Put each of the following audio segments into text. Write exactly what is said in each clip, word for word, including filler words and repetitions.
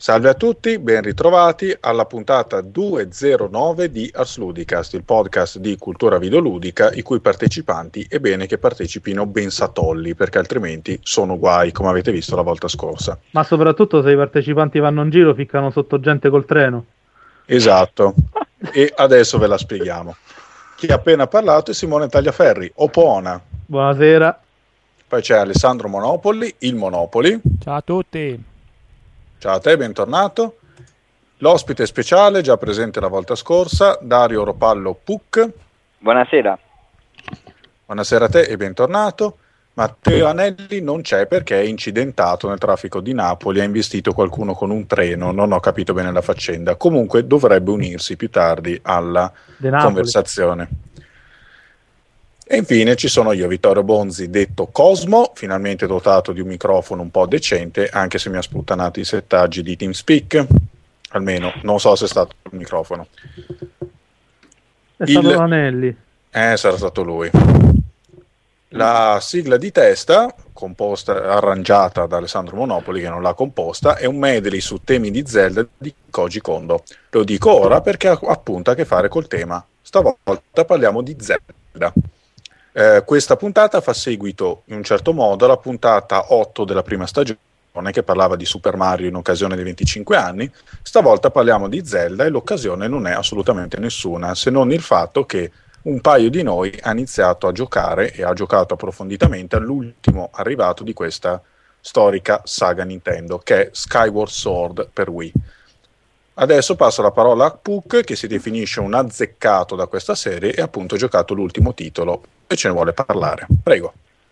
Salve a tutti, ben ritrovati alla puntata duecentonove di Ars Ludicast, il podcast di cultura videoludica i cui partecipanti è bene che partecipino ben satolli, perché altrimenti sono guai, come avete visto la volta scorsa. Ma soprattutto se i partecipanti vanno in giro ficcano sotto gente col treno. Esatto, e adesso ve la spieghiamo. Chi ha appena parlato è Simone Tagliaferri, Opona. Buonasera. Poi c'è Alessandro Monopoli, il Monopoli. Ciao a tutti. Ciao a te, bentornato. L'ospite speciale, già presente la volta scorsa, Dario Ropallo Puc. Buonasera. Buonasera a te e bentornato. Matteo Anelli non c'è perché è incidentato nel traffico di Napoli, ha investito qualcuno con un treno, non ho capito bene la faccenda. Comunque dovrebbe unirsi più tardi alla conversazione. E infine ci sono io, Vittorio Bonzi, detto Cosmo, finalmente dotato di un microfono un po' decente, anche se mi ha sputtanato i settaggi di TeamSpeak, almeno non so se è stato il microfono. È stato il... Anelli. Eh, sarà stato lui. La sigla di testa, composta, arrangiata da Alessandro Monopoli, che non l'ha composta, è un medley su temi di Zelda di Koji Kondo. Lo dico ora perché ha appunto a che fare col tema. Stavolta parliamo di Zelda. Eh, questa puntata fa seguito in un certo modo alla puntata otto della prima stagione che parlava di Super Mario in occasione dei venticinque anni. Stavolta parliamo di Zelda e l'occasione non è assolutamente nessuna, se non il fatto che un paio di noi ha iniziato a giocare e ha giocato approfonditamente all'ultimo arrivato di questa storica saga Nintendo, che è Skyward Sword per Wii. Adesso passo la parola a Puck, che si definisce un azzeccato da questa serie e ha appunto giocato l'ultimo titolo e ce ne vuole parlare. Prego.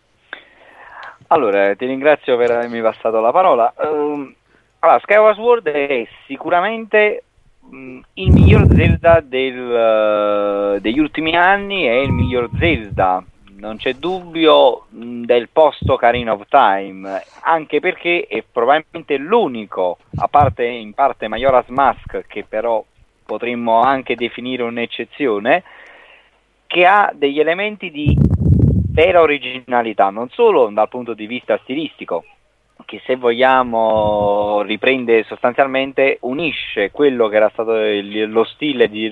Allora, ti ringrazio per avermi passato la parola. Um, allora, Skyward Sword è sicuramente um, il miglior Zelda del, uh, degli ultimi anni, è il miglior Zelda, non c'è dubbio, mh, del post Ocarina of Time, anche perché è probabilmente l'unico, a parte in parte Majora's Mask, che però potremmo anche definire un'eccezione, che ha degli elementi di vera originalità, non solo dal punto di vista stilistico, che se vogliamo riprende sostanzialmente, unisce quello che era stato il, lo stile di,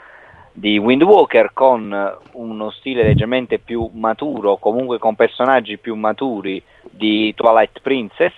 di Wind Waker con uno stile leggermente più maturo, comunque con personaggi più maturi di Twilight Princess,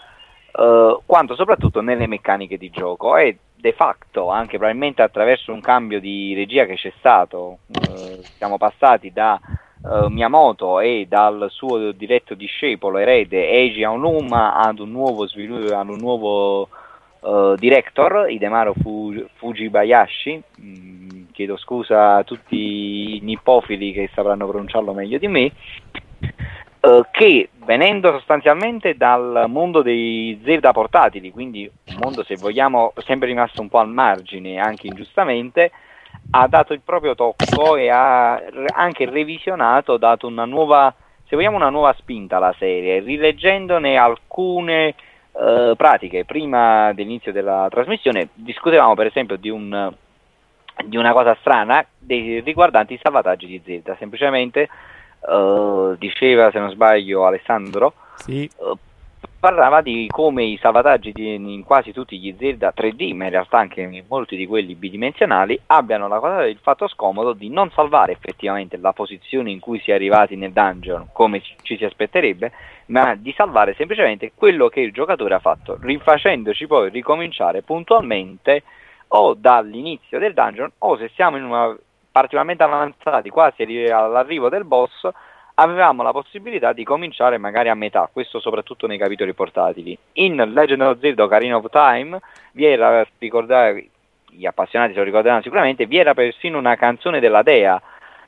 eh, quanto soprattutto nelle meccaniche di gioco. E de facto, anche probabilmente attraverso un cambio di regia che c'è stato, eh, siamo passati da uh, Miyamoto e dal suo diretto discepolo erede Eiji Aonuma ad un nuovo sviluppo, ad un nuovo uh, director, Hidemaru Fu- Fujibayashi. Mm, chiedo scusa a tutti i nippofili che sapranno pronunciarlo meglio di me. Uh, che venendo sostanzialmente dal mondo dei Zelda portatili, quindi un mondo, se vogliamo, sempre rimasto un po' al margine, anche ingiustamente, ha dato il proprio tocco e ha anche revisionato, dato una nuova, se vogliamo, una nuova spinta alla serie, rileggendone alcune uh, pratiche. Prima dell'inizio della trasmissione discutevamo per esempio di un di una cosa strana dei, riguardanti i salvataggi di Zelda, semplicemente. Uh, diceva, se non sbaglio, Alessandro, sì. uh, parlava di come i salvataggi di, in quasi tutti gli Zelda tre D, ma in realtà anche in molti di quelli bidimensionali, abbiano la cosa, il fatto scomodo di non salvare effettivamente la posizione in cui si è arrivati nel dungeon come ci si aspetterebbe, ma di salvare semplicemente quello che il giocatore ha fatto, rifacendoci poi ricominciare puntualmente o dall'inizio del dungeon, o se siamo in una particolarmente avanzati, quasi all'arrivo del boss, avevamo la possibilità di cominciare magari a metà, questo soprattutto nei capitoli portatili. In Legend of Zelda Ocarina of Time vi era, ricordare, gli appassionati se lo ricorderanno sicuramente, vi era persino una canzone della dea,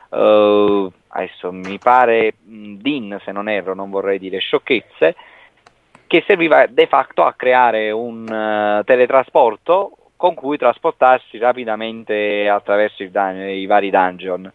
uh, adesso mi pare Din, se non erro, non vorrei dire sciocchezze, che serviva de facto a creare un uh, teletrasporto con cui trasportarsi rapidamente attraverso il dun- i vari dungeon.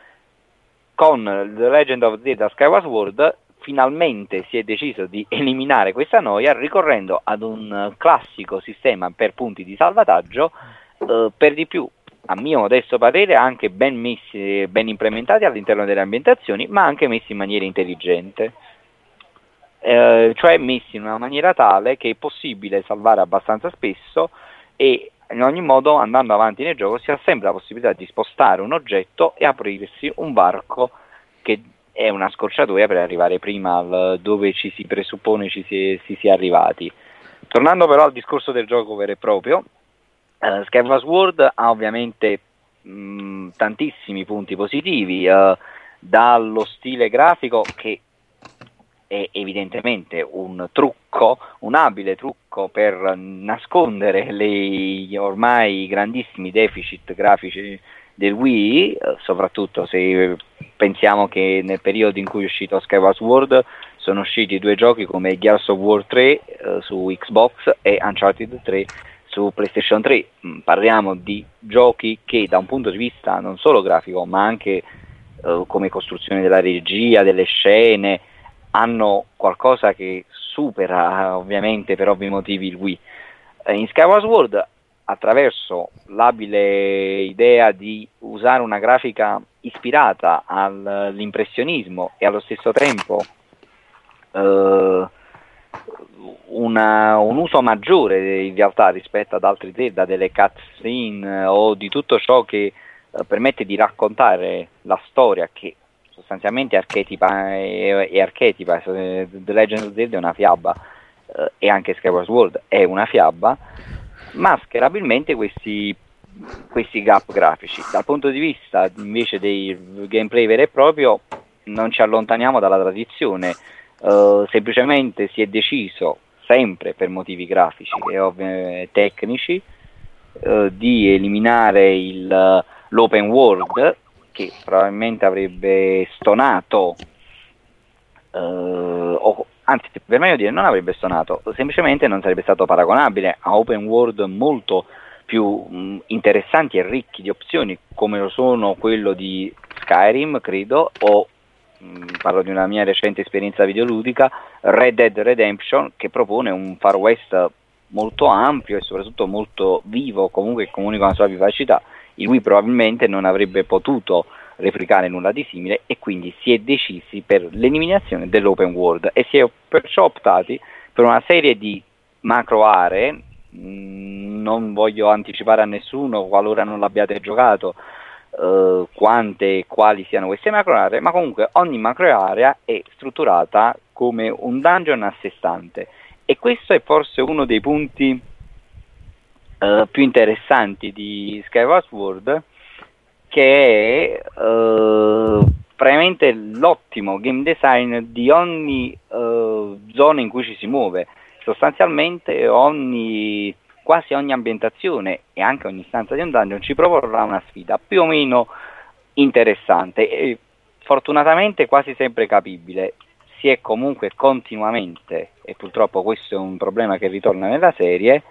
Con The Legend of Zelda Skyward Sword finalmente si è deciso di eliminare questa noia ricorrendo ad un classico sistema per punti di salvataggio, eh, per di più, a mio modesto parere, anche ben messi, ben implementati all'interno delle ambientazioni, ma anche messi in maniera intelligente. eh, cioè messi in una maniera tale che è possibile salvare abbastanza spesso, e in ogni modo andando avanti nel gioco si ha sempre la possibilità di spostare un oggetto e aprirsi un varco che è una scorciatoia per arrivare prima al dove ci si presuppone ci si, si sia arrivati. Tornando però al discorso del gioco vero e proprio, uh, Skyward Sword ha ovviamente mh, tantissimi punti positivi, uh, dallo stile grafico che è evidentemente un trucco, un abile trucco per nascondere le ormai grandissimi deficit grafici del Wii, soprattutto se pensiamo che nel periodo in cui è uscito Skyward Sword sono usciti due giochi come Gears of War tre eh, su Xbox e Uncharted tre su PlayStation tre. Parliamo di giochi che da un punto di vista non solo grafico ma anche eh, come costruzione della regia, delle scene, hanno qualcosa che supera ovviamente per ovvi motivi il Wii. Eh, in Skyward Sword, attraverso l'abile idea di usare una grafica ispirata all'impressionismo e allo stesso tempo eh, una, un uso maggiore in realtà rispetto ad altri Zelda, delle cutscene o di tutto ciò che eh, permette di raccontare la storia, che sostanzialmente archetipa e, e archetipa. The Legend of Zelda è una fiaba, eh, e anche Skyward Sword è una fiaba, mascherabilmente questi, questi gap grafici. Dal punto di vista invece dei gameplay vero e proprio non ci allontaniamo dalla tradizione, uh, semplicemente si è deciso, sempre per motivi grafici e ovvi- tecnici, uh, di eliminare il, l'open world, che probabilmente avrebbe stonato uh, o anzi, per meglio dire, non avrebbe stonato, semplicemente non sarebbe stato paragonabile a open world molto più mh, interessanti e ricchi di opzioni, come lo sono quello di Skyrim, credo, o mh, parlo di una mia recente esperienza videoludica, Red Dead Redemption, che propone un Far West molto ampio e soprattutto molto vivo, comunque comunica una sua vivacità. Il Wii probabilmente non avrebbe potuto replicare nulla di simile, e quindi si è decisi per l'eliminazione dell'open world e si è perciò optati per una serie di macro aree. mh, non voglio anticipare a nessuno, qualora non l'abbiate giocato, eh, quante e quali siano queste macro aree, ma comunque ogni macro area è strutturata come un dungeon a sé stante, e questo è forse uno dei punti eh, più interessanti di Skyward Sword, che è uh, praticamente l'ottimo game design di ogni uh, zona in cui ci si muove. Sostanzialmente ogni, quasi ogni ambientazione e anche ogni stanza di un dungeon ci proporrà una sfida più o meno interessante e fortunatamente quasi sempre capibile. Si è comunque continuamente, e purtroppo questo è un problema che ritorna nella serie,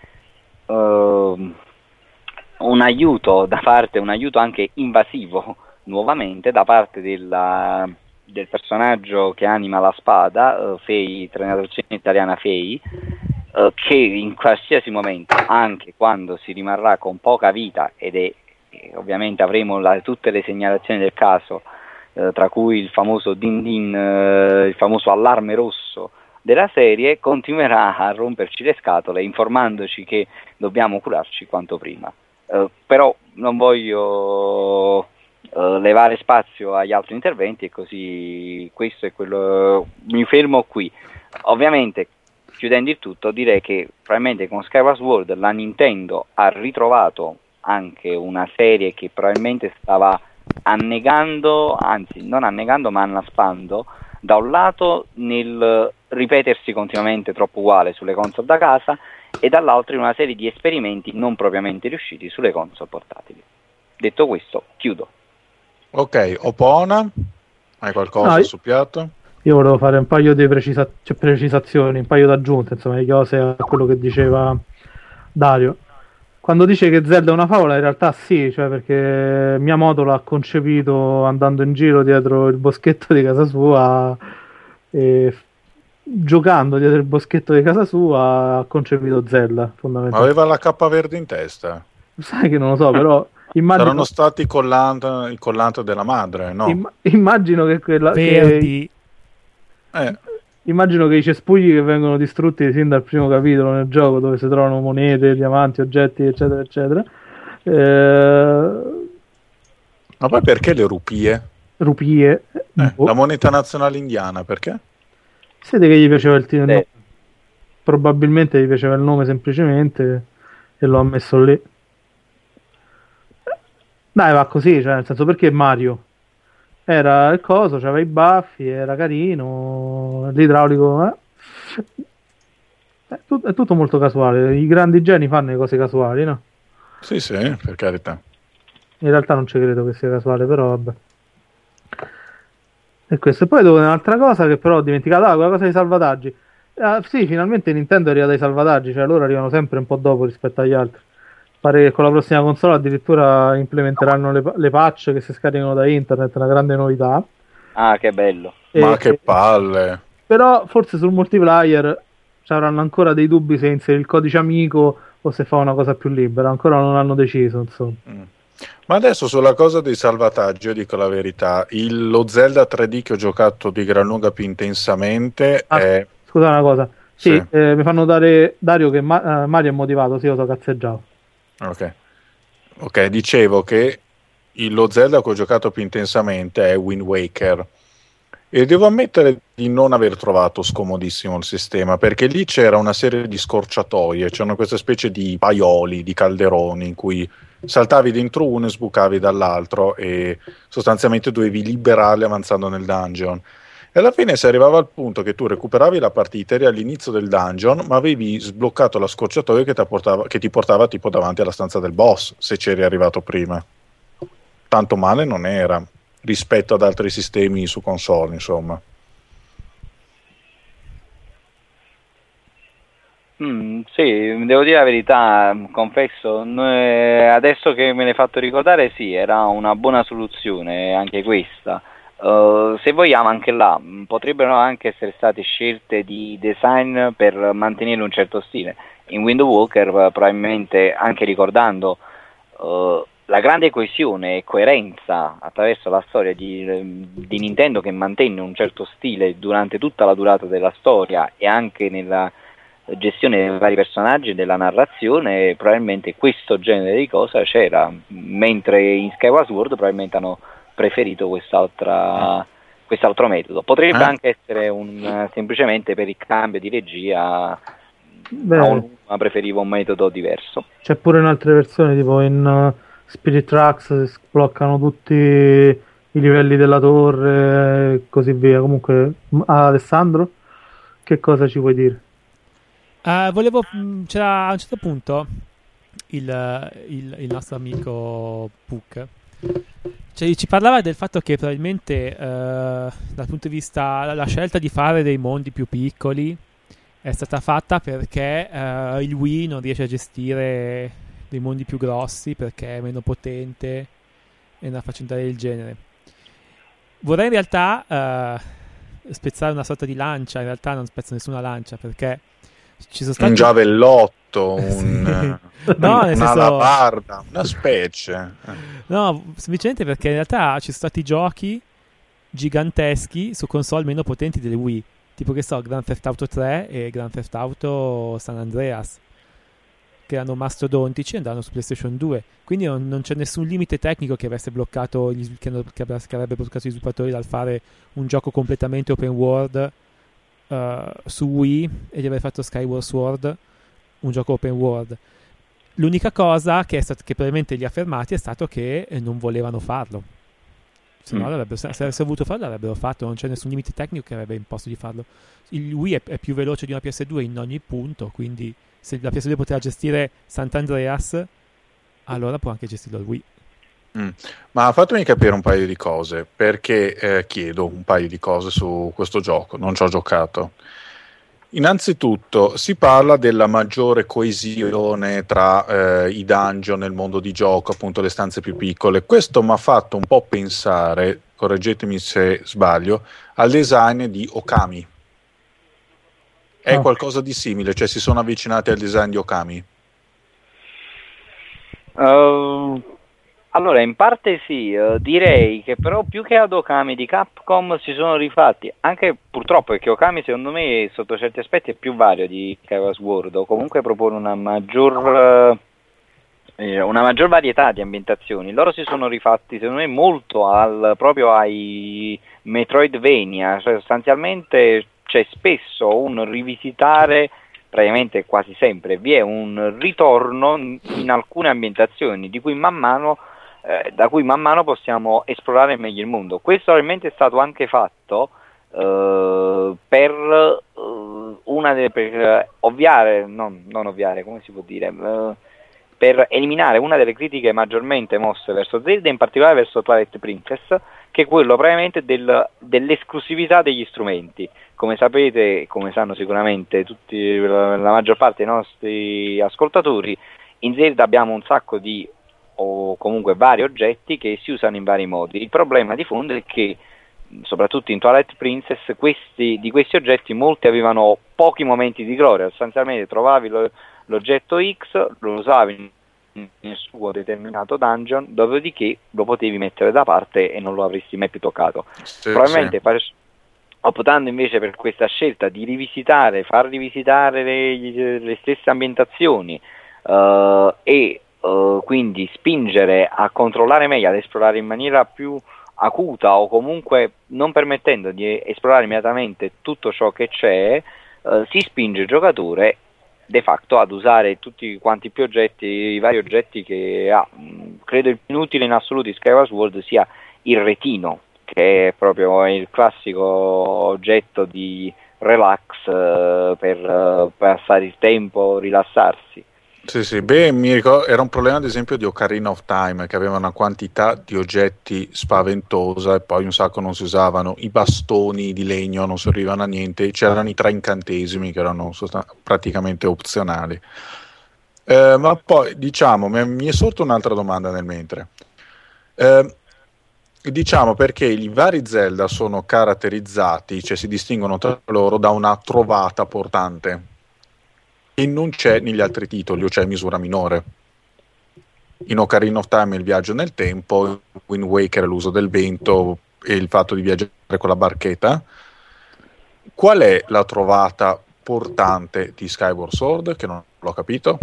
uh, un aiuto da parte, un aiuto anche invasivo nuovamente da parte della, del personaggio che anima la spada, uh, Fei, traduzione italiana Fei, uh, che in qualsiasi momento, anche quando si rimarrà con poca vita, ed è eh, ovviamente avremo la, tutte le segnalazioni del caso, uh, tra cui il famoso din din, uh, il famoso allarme rosso della serie, continuerà a romperci le scatole informandoci che dobbiamo curarci quanto prima. Uh, però non voglio uh, levare spazio agli altri interventi, e così questo è quello, mi fermo qui. Ovviamente, chiudendo il tutto, direi che probabilmente con Skyward Sword la Nintendo ha ritrovato anche una serie che probabilmente stava annegando, anzi non annegando ma annaspando, da un lato nel ripetersi continuamente troppo uguale sulle console da casa, e dall'altro in una serie di esperimenti non propriamente riusciti sulle console portatili. Detto questo, chiudo. Ok, Opona, hai qualcosa No, sul piatto? Io volevo fare un paio di precisa- cioè precisazioni, un paio d'aggiunte, insomma, di cose a quello che diceva Dario. Quando dice che Zelda è una favola, in realtà sì, cioè perché Miyamoto l'ha concepito andando in giro dietro il boschetto di casa sua, e giocando dietro il boschetto di casa sua ha concepito Zelda, Ma fondamentalmente. aveva la cappa verde in testa? Sai che non lo so, però immagino, Saranno stati il collante, il collante della madre, no? imm- immagino che quella che Verdi. Eh, immagino che i cespugli che vengono distrutti sin dal primo capitolo nel gioco, dove si trovano monete, diamanti, oggetti, eccetera, eccetera. Eh, Ma poi perché le rupie? rupie. Eh, Boh. la moneta nazionale indiana, perché? Siete che gli piaceva il titolo? Eh, Probabilmente gli piaceva il nome semplicemente e lo ha messo lì. Dai, va così, cioè, nel senso, perché Mario? Era il coso, c'aveva i baffi, era carino, l'idraulico, eh? È, tut- è tutto molto casuale. I grandi geni fanno le cose casuali, no? Sì, sì, per carità. In realtà non ci credo che sia casuale, però vabbè. E questo. E poi devo dire un'altra cosa che però ho dimenticato, ah, quella cosa dei salvataggi. Ah, sì, finalmente Nintendo è arrivata ai salvataggi, cioè loro arrivano sempre un po' dopo rispetto agli altri. Pare che con la prossima console addirittura implementeranno le, le patch che si scaricano da internet, una grande novità. ah, che bello. Ma E- che palle. Però forse sul multiplayer ci avranno ancora dei dubbi se inserire il codice amico o se fa una cosa più libera, ancora non hanno deciso, insomma. Mm. Ma adesso sulla cosa dei salvataggi, io dico la verità, il, lo Zelda tre D che ho giocato di gran lunga più intensamente Ah, è... scusa una cosa, sì, Sì, eh, mi fanno dare Dario che Ma- eh, Mario è motivato, sì, lo so, cazzeggiavo. ok. Ok, dicevo che il- lo Zelda che ho giocato più intensamente è Wind Waker e devo ammettere di non aver trovato scomodissimo il sistema, perché lì c'era una serie di scorciatoie, c'erano queste specie di paioli, di calderoni in cui saltavi dentro uno e sbucavi dall'altro e sostanzialmente dovevi liberarli avanzando nel dungeon. E alla fine si arrivava al punto che tu recuperavi la partita, eri all'inizio del dungeon, ma avevi sbloccato la scorciatoia che ti portava, che ti portava tipo davanti alla stanza del boss, se c'eri arrivato prima. Tanto male non era, rispetto ad altri sistemi su console, insomma. Mm, sì, devo dire la verità, confesso, noi- adesso che me l'hai fatto ricordare, sì, era una buona soluzione anche questa. Uh, se vogliamo anche là, mh, potrebbero anche essere state scelte di design per mantenere un certo stile. In Wind Walker, eh, probabilmente anche ricordando uh, la grande coesione e coerenza attraverso la storia di, di Nintendo, che mantenne un certo stile durante tutta la durata della storia e anche nella gestione dei vari personaggi e della narrazione, probabilmente questo genere di cosa c'era, mentre in Skyward Sword probabilmente hanno preferito quest'altra, quest'altro metodo. Potrebbe Eh? anche essere un, semplicemente per il cambio di regia, a Beh, una preferivo un metodo diverso. c'è pure in altre versioni, tipo in uh, Spirit Tracks si sbloccano tutti i livelli della torre e così via. Comunque, m- Alessandro, che cosa ci vuoi dire? Eh, volevo, mh, c'era a un certo punto il, il- il nostro amico Puck, cioè, ci parlava del fatto che probabilmente eh, dal punto di vista la, la scelta di fare dei mondi più piccoli è stata fatta perché eh, il Wii non riesce a gestire dei mondi più grossi perché è meno potente e una faccenda del genere. Vorrei in realtà eh, spezzare una sorta di lancia, in realtà non spezzo nessuna lancia perché ci sono stati Un giavellotto, Sì. un, No, nel una senso- alabarda, una specie. No, semplicemente perché in realtà ci sono stati giochi giganteschi su console meno potenti delle Wii, tipo che so, Grand Theft Auto tre e Grand Theft Auto San Andreas, che erano mastodontici e andavano su PlayStation due, quindi non, non c'è nessun limite tecnico che avesse bloccato gli, che, che avrebbe che avrebbe bloccato gli sviluppatori dal fare un gioco completamente open world uh, su Wii e di aver fatto Skyward Sword un gioco open world. L'unica cosa che, è stat- che probabilmente li ha fermati è stato che eh, non volevano farlo. Se no, Mm. l'avrebbero- se se avessero voluto farlo, l'avrebbero fatto. Non c'è nessun limite tecnico che avrebbe imposto di farlo. Il Wii è, è più veloce di una P S due in ogni punto. Quindi, se la P S due poteva gestire Sant'Andreas, allora può anche gestirlo il Wii. Mm. Ma fatemi capire un paio di cose, perché eh, chiedo un paio di cose su questo gioco, non ci ho giocato. Innanzitutto si parla della maggiore coesione tra eh, i dungeon nel mondo di gioco, appunto le stanze più piccole. Questo mi ha fatto un po' pensare, correggetemi se sbaglio, al design di Okami. È Ah. qualcosa di simile, cioè si sono avvicinati al design di Okami? Uh, Allora, in parte sì, eh, direi che però più che ad Okami di Capcom si sono rifatti, anche purtroppo perché Okami secondo me sotto certi aspetti è più vario di Skyward Sword, o comunque propone una maggior, eh, una maggior varietà di ambientazioni. Loro si sono rifatti secondo me molto al, proprio ai Metroidvania, cioè sostanzialmente c'è spesso un rivisitare, praticamente quasi sempre, vi è un ritorno in alcune ambientazioni di cui man mano Eh, da cui man mano possiamo esplorare meglio il mondo. Questo probabilmente è stato anche fatto eh, per eh, una delle, per ovviare, non, non ovviare, come si può dire, eh, per eliminare una delle critiche maggiormente mosse verso Zelda, in particolare verso Twilight Princess, che è quello probabilmente del, dell'esclusività degli strumenti. Come sapete, come sanno sicuramente tutti, la, la maggior parte dei nostri ascoltatori, in Zelda abbiamo un sacco di o comunque vari oggetti che si usano in vari modi. Il problema di fondo è che soprattutto in Twilight Princess questi, di questi oggetti molti avevano pochi momenti di gloria, sostanzialmente trovavi lo, l'oggetto X, lo usavi nel suo determinato dungeon, dopodiché lo potevi mettere da parte e non lo avresti mai più toccato. Sì, Probabilmente sì. optando invece per questa scelta di rivisitare, far rivisitare le, le stesse ambientazioni uh, e Uh, quindi spingere a controllare meglio, ad esplorare in maniera più acuta o comunque non permettendo di esplorare immediatamente tutto ciò che c'è, uh, si spinge il giocatore de facto ad usare tutti quanti più oggetti, i vari oggetti che ha. Credo il più inutile in assoluto di Skyward Sword sia il retino, che è proprio il classico oggetto di relax uh, per uh, passare il tempo, rilassarsi. Sì, sì, beh, mi ricordo, era un problema ad esempio di Ocarina of Time, che aveva una quantità di oggetti spaventosa e poi un sacco non si usavano, i bastoni di legno non servivano a niente, c'erano i tre incantesimi che erano sostan- praticamente opzionali. Eh, ma poi, diciamo, mi mi è sorta un'altra domanda nel mentre. Eh, diciamo perché i vari Zelda sono caratterizzati, cioè si distinguono tra loro da una trovata portante e non c'è negli altri titoli, o c'è in misura minore. In Ocarina of Time il viaggio nel tempo, in Wind Waker l'uso del vento e il fatto di viaggiare con la barchetta. Qual è la trovata portante di Skyward Sword? Che non l'ho capito.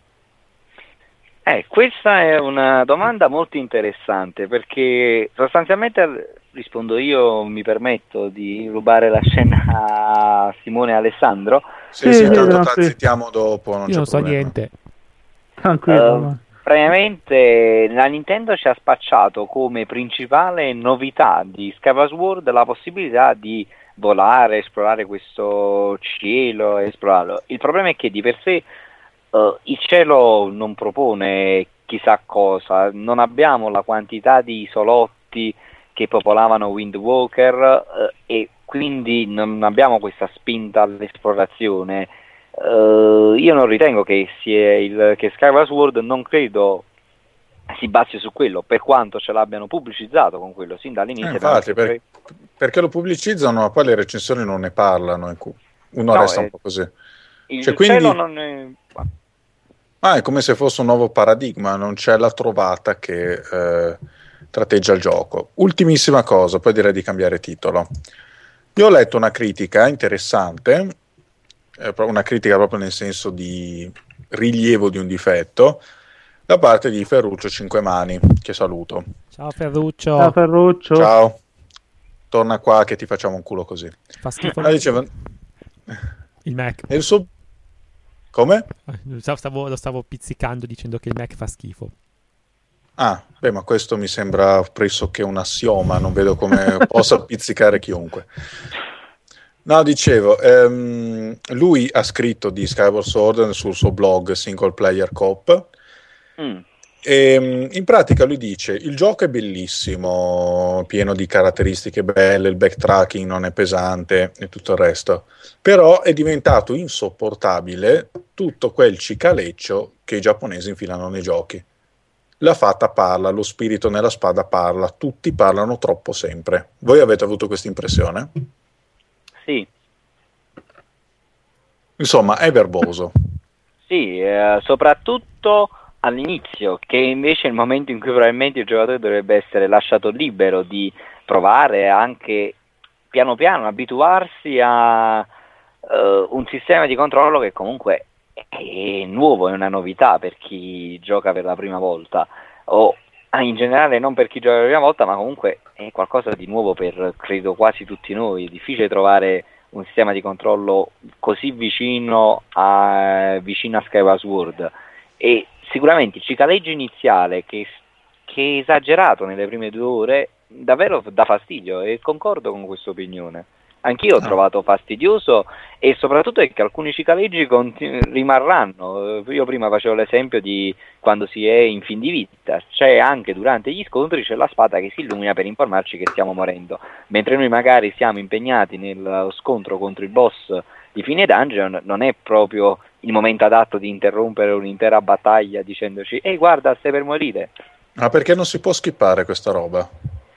Eh, questa è una domanda molto interessante perché sostanzialmente rispondo io, mi permetto di rubare la scena a Simone e Alessandro. Sì, sì, sì, tanto sì. t'azzittiamo dopo, non Io c'è non so problema. niente. Tranquillo. Uh, praticamente la Nintendo ci ha spacciato come principale novità di Skyward Sword la possibilità di volare, esplorare questo cielo, esplorarlo. Il problema è che di per sé uh, il cielo non propone chissà cosa, non abbiamo la quantità di isolotti che popolavano Wind Waker uh, e quindi non abbiamo questa spinta all'esplorazione. Uh, io non ritengo che, sia il, che Skyward Sword non credo si basi su quello, per quanto ce l'abbiano pubblicizzato con quello sin dall'inizio. Eh, infatti, per, tre... perché lo pubblicizzano, ma poi le recensioni non ne parlano, uno no, resta eh, un po' così. il Cioè, cielo quindi, non è... ah, è come se fosse un nuovo paradigma, non c'è la trovata che eh, tratteggia il gioco. Ultimissima cosa, poi direi di cambiare titolo. Io ho letto una critica interessante, eh, una critica proprio nel senso di rilievo di un difetto, da parte di Ferruccio Cinquemani, che saluto. Ciao Ferruccio. Ciao Ferruccio. Ciao, torna qua che ti facciamo un culo così. Fa schifo Ah, diceva... il Mac. il suo... Come? Stavo, lo stavo pizzicando dicendo che il Mac fa schifo. Ah, beh, ma questo mi sembra pressoché un assioma, non vedo come possa pizzicare chiunque. No, dicevo, ehm, lui ha scritto di Skyward Sword sul suo blog Single Player Coop. Mm. E, in pratica lui dice: il gioco è bellissimo, pieno di caratteristiche belle, il backtracking non è pesante e tutto il resto, però è diventato insopportabile tutto quel cicaleccio che i giapponesi infilano nei giochi. La fata parla, lo spirito nella spada parla, tutti parlano troppo sempre. Voi avete avuto questa impressione? Sì. Insomma, è verboso. Sì, eh, soprattutto all'inizio, che invece è il momento in cui probabilmente il giocatore dovrebbe essere lasciato libero di provare anche piano piano abituarsi a uh, un sistema di controllo che comunque è nuovo, è una novità per chi gioca per la prima volta, o in generale non per chi gioca per la prima volta, ma comunque è qualcosa di nuovo per credo quasi tutti noi. È difficile trovare un sistema di controllo così vicino a, vicino a Skyward Sword, e sicuramente il cicaleggio iniziale che, che è esagerato nelle prime due ore davvero dà fastidio, e concordo con questa opinione. Anch'io ho trovato fastidioso, e soprattutto è che alcuni cicaleggi continu- rimarranno. Io prima facevo l'esempio di quando si è in fin di vita, c'è anche durante gli scontri c'è la spada che si illumina per informarci che stiamo morendo, mentre noi magari siamo impegnati nello scontro contro il boss di fine dungeon. Non è proprio il momento adatto di interrompere un'intera battaglia dicendoci ehi guarda, stai per morire. Ma perché non si può skippare questa roba?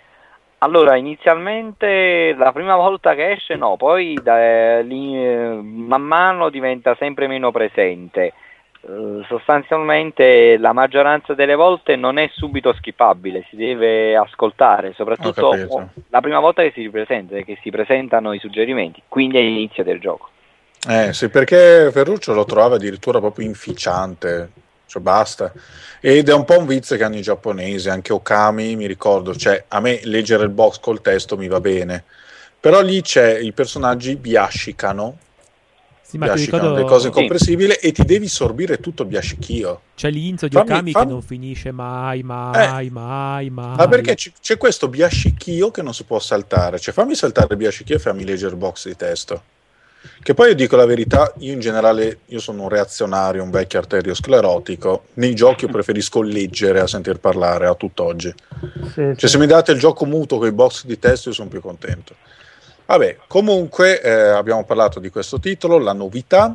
Allora, inizialmente la prima volta che esce no, poi da, lì, man mano diventa sempre meno presente. Uh, sostanzialmente la maggioranza delle volte non è subito skippabile, si deve ascoltare, soprattutto la prima volta che si ripresenta, che si presentano i suggerimenti, quindi all'inizio del gioco. Eh sì, perché Ferruccio lo trovava addirittura proprio inficiante, cioè basta. Ed è un po' un vizio che hanno i giapponesi, anche Okami, mi ricordo, cioè a me leggere il box col testo mi va bene, però lì c'è i personaggi biascicano, sì, ma ti biascicano ricordo... delle cose incomprensibili, sì. E ti devi sorbire tutto il biascichio. C'è l'inizio di fammi, Okami fammi... che non finisce mai, mai, eh. mai, mai. Ma perché c- c'è questo biascichio che non si può saltare, cioè fammi saltare il biascichio e fammi leggere il box di testo. Che poi io dico la verità, io in generale io sono un reazionario, un vecchio arteriosclerotico, nei giochi io preferisco leggere a sentir parlare a tutt'oggi, sì, cioè sì. Se mi date il gioco muto con i box di testo io sono più contento. Vabbè, comunque eh, abbiamo parlato di questo titolo, la novità,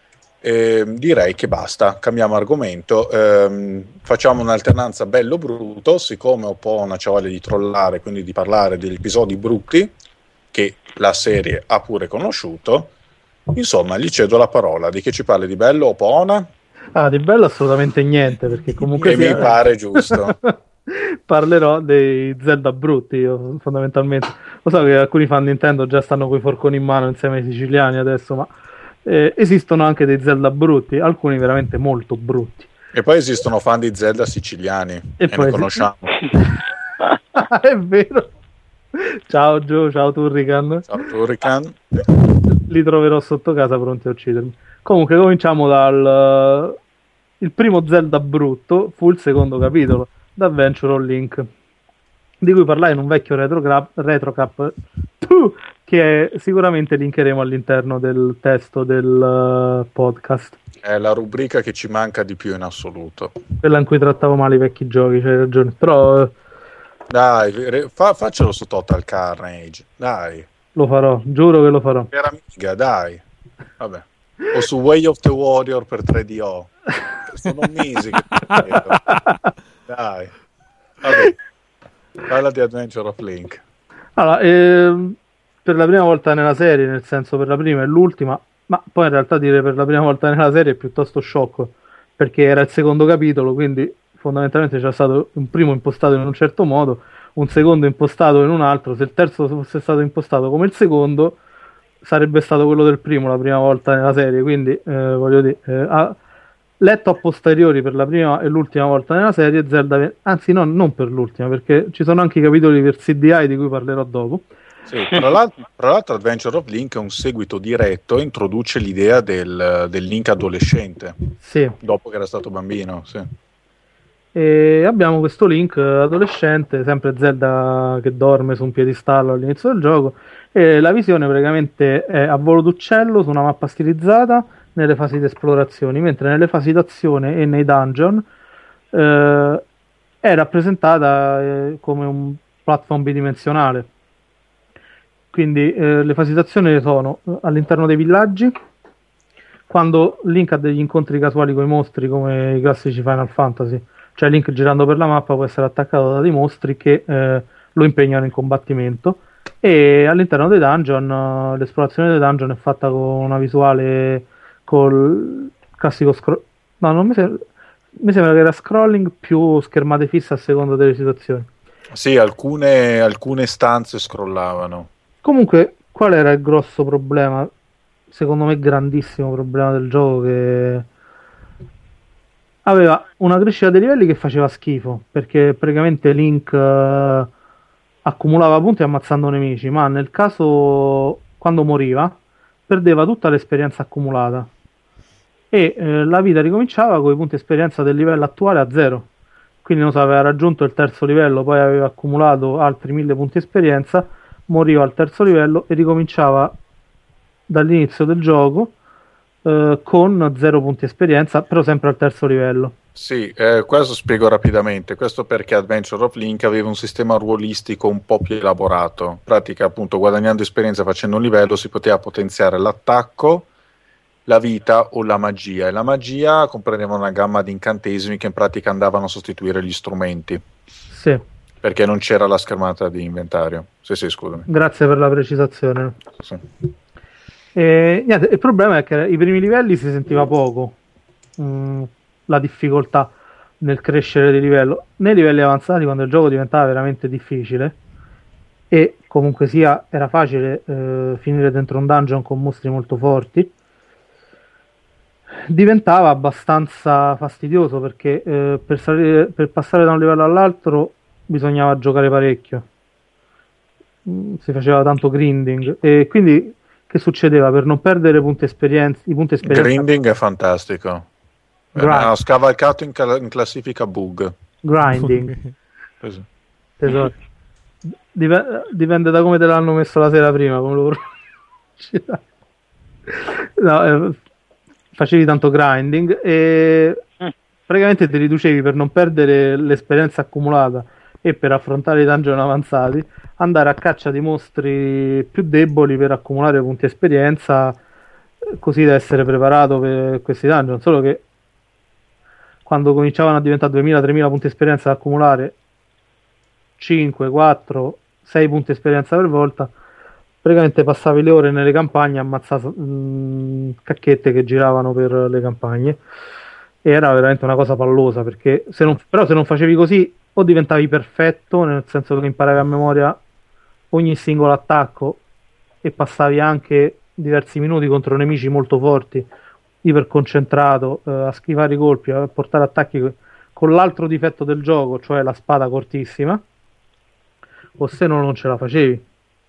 eh, direi che basta, cambiamo argomento, eh, facciamo un'alternanza bello brutto, siccome ho un po' una voglia di trollare, quindi di parlare degli episodi brutti che la serie ha pure conosciuto. Insomma, gli cedo la parola. Di che ci parli, di bello o Poona? Ah, di bello assolutamente niente, perché comunque e sia... mi pare giusto. Parlerò dei Zelda brutti, io fondamentalmente. Lo so che alcuni fan Nintendo già stanno coi forconi in mano insieme ai siciliani adesso, ma eh, esistono anche dei Zelda brutti, alcuni veramente molto brutti. E poi esistono fan di Zelda siciliani, e, e poi ne conosciamo. È vero. Ciao Gio, ciao Turrican. Ciao Turrican. Li troverò sotto casa pronti a uccidermi. Comunque cominciamo dal uh, il primo Zelda brutto, fu il secondo capitolo, The Adventure of Link, di cui parlai in un vecchio retrocap, retrocap uh, che sicuramente linkeremo all'interno del testo del uh, podcast. È la rubrica che ci manca di più in assoluto. Quella in cui trattavo male i vecchi giochi, c'hai ragione. Però... Uh, Dai, fa, faccelo su Total Carnage, dai. Lo farò, giuro che lo farò. Per Amiga, dai. Vabbè. O su Way of the Warrior per tre D O. Sono mesi che dai. Vabbè. Parla di Adventure of Link. Allora, eh, per la prima volta nella serie, nel senso per la prima e l'ultima, ma poi in realtà dire per la prima volta nella serie è piuttosto sciocco, perché era il secondo capitolo, quindi fondamentalmente c'era stato un primo impostato in un certo modo, un secondo impostato in un altro. Se il terzo fosse stato impostato come il secondo, sarebbe stato quello del primo la prima volta nella serie, quindi eh, voglio dire, eh, ha letto a posteriori per la prima e l'ultima volta nella serie Zelda, anzi no, non per l'ultima, perché ci sono anche i capitoli per C D I di cui parlerò dopo. Sì, tra l'altro, tra l'altro Adventure of Link è un seguito diretto, introduce l'idea del, del Link adolescente, sì. Dopo che era stato bambino, sì. E abbiamo questo Link adolescente, sempre Zelda che dorme su un piedistallo all'inizio del gioco, e la visione praticamente è a volo d'uccello su una mappa stilizzata nelle fasi di esplorazione, mentre nelle fasi d'azione e nei dungeon eh, è rappresentata eh, come un platform bidimensionale. Quindi eh, le fasi d'azione sono all'interno dei villaggi, quando Link ha degli incontri casuali con i mostri come i classici Final Fantasy, cioè Link girando per la mappa può essere attaccato da dei mostri che eh, lo impegnano in combattimento, e all'interno dei dungeon uh, l'esplorazione dei dungeon è fatta con una visuale col classico scro- no non mi sembra Mi sembra che era scrolling più schermate fisse a seconda delle situazioni. Sì, alcune, alcune stanze scrollavano. Comunque, qual era il grosso problema? Secondo me, grandissimo problema del gioco, che aveva una crescita dei livelli che faceva schifo, perché praticamente Link eh, accumulava punti ammazzando nemici, ma nel caso quando moriva perdeva tutta l'esperienza accumulata e eh, la vita ricominciava con i punti esperienza del livello attuale a zero. Quindi non so, aveva raggiunto il terzo livello, poi aveva accumulato altri mille punti esperienza, moriva al terzo livello e ricominciava dall'inizio del gioco eh, con zero punti esperienza, però sempre al terzo livello. Sì, eh, questo spiego rapidamente. Questo perché Adventure of Link aveva un sistema ruolistico un po' più elaborato. In pratica, appunto, guadagnando esperienza facendo un livello si poteva potenziare l'attacco, la vita o la magia. E la magia comprendeva una gamma di incantesimi che in pratica andavano a sostituire gli strumenti. Sì. Perché non c'era la schermata di inventario. Sì, sì, scusami. Grazie per la precisazione. Sì. E, niente, il problema è che i primi livelli si sentiva poco mh, la difficoltà nel crescere di livello. Nei livelli avanzati, quando il gioco diventava veramente difficile e comunque sia era facile eh, finire dentro un dungeon con mostri molto forti, diventava abbastanza fastidioso, perché eh, per, salire, per passare da un livello all'altro bisognava giocare parecchio, mm, si faceva tanto grinding e quindi che succedeva? Per non perdere punti esperienza, i punti esperienza, Grinding è fantastico. Grind. Ha scavalcato in, cal- in classifica bug. Grinding. Così. Tesoro. Dip- dipende da come te l'hanno messo la sera prima, come lo no, eh, facevi tanto grinding e praticamente ti riducevi, per non perdere l'esperienza accumulata e per affrontare i dungeon avanzati, andare a caccia di mostri più deboli per accumulare punti esperienza, così da essere preparato per questi dungeon. Solo che quando cominciavano a diventare duemila tremila punti esperienza da accumulare, cinque, quattro, sei punti esperienza per volta, praticamente passavi le ore nelle campagne a ammazzare mh, cacchette che giravano per le campagne e era veramente una cosa pallosa, perché se non, però se non facevi così o diventavi perfetto, nel senso che imparavi a memoria ogni singolo attacco e passavi anche diversi minuti contro nemici molto forti, iperconcentrato, eh, a schivare i colpi, a portare attacchi con l'altro difetto del gioco, cioè la spada cortissima, o se no non ce la facevi.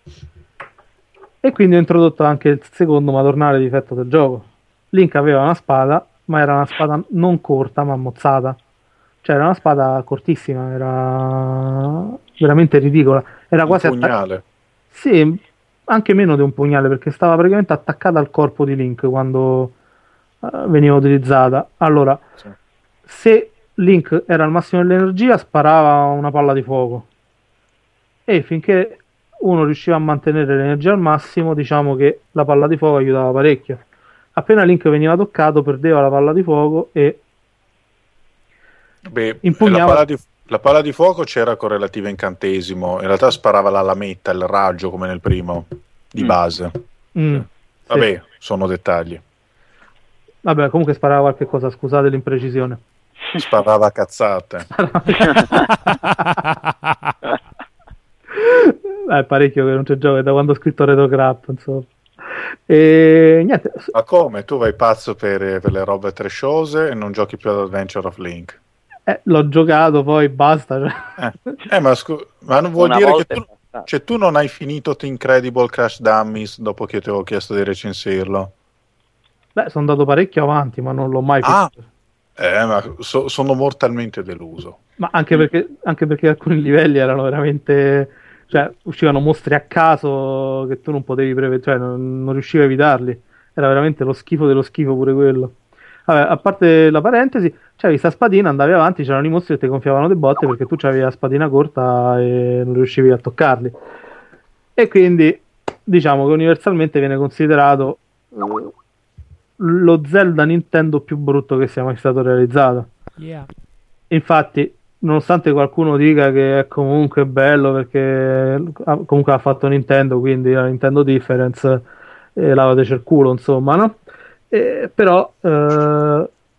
E quindi ho introdotto anche il secondo madornale difetto del gioco. Link aveva una spada, ma era una spada non corta ma mozzata, cioè era una spada cortissima, era veramente ridicola, era un quasi pugnale attac- sì, anche meno di un pugnale, perché stava praticamente attaccata al corpo di Link quando uh, veniva utilizzata. Allora, sì. Se Link era al massimo dell'energia sparava una palla di fuoco e finché uno riusciva a mantenere l'energia al massimo, diciamo che la palla di fuoco aiutava parecchio. Appena Link veniva toccato perdeva la palla di fuoco e Beh, impugnava... la, palla di, la palla di fuoco c'era con relativo incantesimo, in realtà sparava la lametta, il raggio come nel primo di Mm. base. Mm, Vabbè, sì. sono dettagli. Vabbè, comunque sparava qualche cosa, scusate l'imprecisione. Sparava a cazzate. È parecchio che non c'è gioco, è da quando ho scritto Retrocrap, insomma. E niente. Ma come? Tu vai pazzo per, per le robe trashose e non giochi più ad Adventure of Link? Eh, l'ho giocato, poi basta. Cioè. Eh, eh, ma, scu- ma non vuol Una dire che volta tu, è bastato. cioè, tu non hai finito The Incredible Crash Dummies dopo che ti avevo chiesto di recensirlo? Beh, sono andato parecchio avanti, ma non l'ho mai Ah. finito. Eh, ma so- sono mortalmente deluso. Ma anche perché, anche perché alcuni livelli erano veramente... Cioè, uscivano mostri a caso che tu non potevi prevedere, cioè non, non riuscivi a evitarli. Era veramente lo schifo dello schifo pure quello. Vabbè, a parte la parentesi, c'avevi sta spadina, andavi avanti, c'erano i mostri che ti gonfiavano le botte perché tu c'avevi la spadina corta e non riuscivi a toccarli. E quindi, diciamo che universalmente viene considerato eh, lo Zelda Nintendo più brutto che sia mai stato realizzato. Yeah. Infatti, nonostante qualcuno dica che è comunque bello perché ha- comunque ha fatto Nintendo, quindi la Nintendo Difference, eh, lavate il culo, insomma, no? Eh, però eh,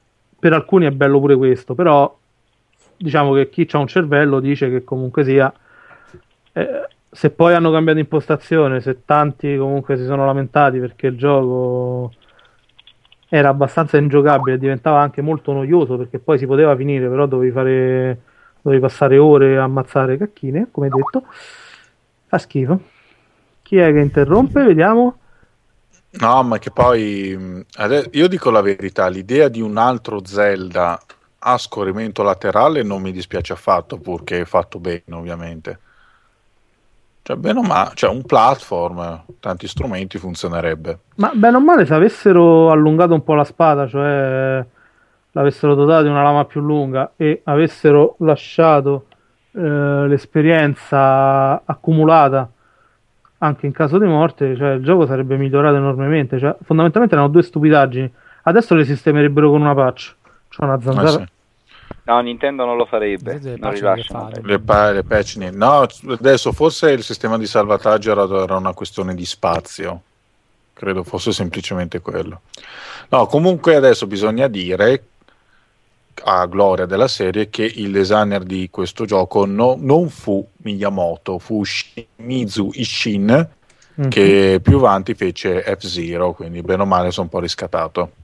per alcuni è bello pure questo, però diciamo che chi ha un cervello dice che comunque sia, eh, se poi hanno cambiato impostazione, se tanti comunque si sono lamentati perché il gioco era abbastanza ingiocabile, diventava anche molto noioso perché poi si poteva finire, però dovevi fare, dovevi passare ore a ammazzare cacchine, come detto, fa schifo. Chi è che interrompe? Vediamo. No, ma che poi mh, ade- io dico la verità, l'idea di un altro Zelda a scorrimento laterale non mi dispiace affatto, purché è fatto bene, ovviamente. Cioè, bene o male, cioè un platform, tanti strumenti funzionerebbe. Ma bene o male, se avessero allungato un po' la spada, cioè l'avessero dotata di una lama più lunga e avessero lasciato eh, l'esperienza accumulata anche in caso di morte, cioè il gioco sarebbe migliorato enormemente. Cioè, fondamentalmente erano due stupidaggini. Adesso le sistemerebbero con una patch. Cioè una zanzara. Ah, sì. No, Nintendo non lo farebbe, Nintendo le non patch rilasciano. non le fa. Le, pa- le patch niente. No, adesso forse il sistema di salvataggio era, era una questione di spazio. Credo fosse semplicemente quello. No, comunque adesso bisogna dire, a gloria della serie, che il designer di questo gioco no- non fu Miyamoto, fu Shimizu Ishin, Mhm. che più avanti fece F-Zero, quindi bene o male sono un po' riscattato.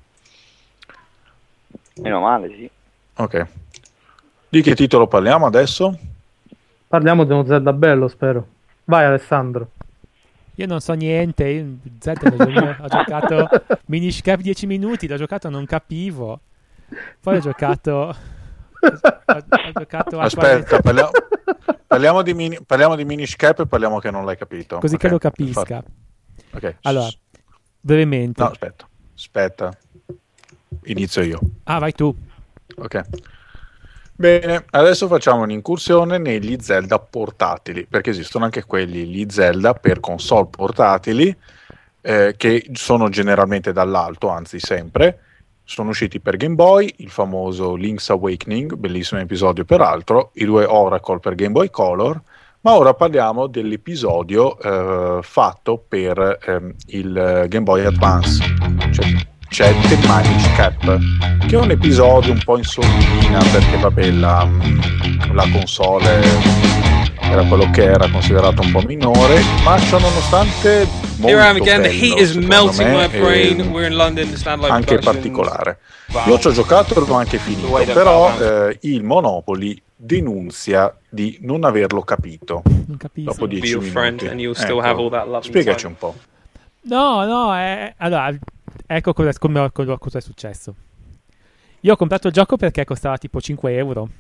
Meno male, sì. Ok. Di che titolo parliamo adesso? Parliamo di uno Zelda bello, spero. Vai Alessandro. Io non so niente, io Zelda l'ho gio- ho giocato Minish Cap dieci minuti, l'ho giocato non capivo. Poi ho giocato ho, ho giocato a Aspetta, quaranta parliamo, parliamo di mini, parliamo di Minish Cap e parliamo che non l'hai capito. così Ok, che lo capisca. infatti. Ok. Allora, brevemente. No, aspetta. Aspetta. Inizio io. Ah, vai tu. Ok. Bene, adesso facciamo un'incursione negli Zelda portatili, perché esistono anche quelli, gli Zelda per console portatili, eh, che sono generalmente dall'alto, anzi sempre. Sono usciti per Game Boy, il famoso Link's Awakening, bellissimo episodio peraltro, i due Oracle per Game Boy Color, ma ora parliamo dell'episodio eh, fatto per ehm, il Game Boy Advance, cioè c'è The Minish Cap, che è un episodio un po' in sordina perché vabbè la, la console era quello che era, considerato un po' minore, ma ciò nonostante molto Here I am again. The bello, heat is secondo melting me, my brain. e We're in London. The Standlight anche Productions. particolare. Io ci ho giocato e l'ho anche finito, però eh, il Monopoly denunzia di non averlo capito Non capisco. dopo Be dieci your friend minuti. and you'll still Ecco, have all that lovely spiegaci time. un po'. No, no, è... allora, ecco cosa, come, cosa è successo. Io ho comprato il gioco perché costava tipo cinque euro.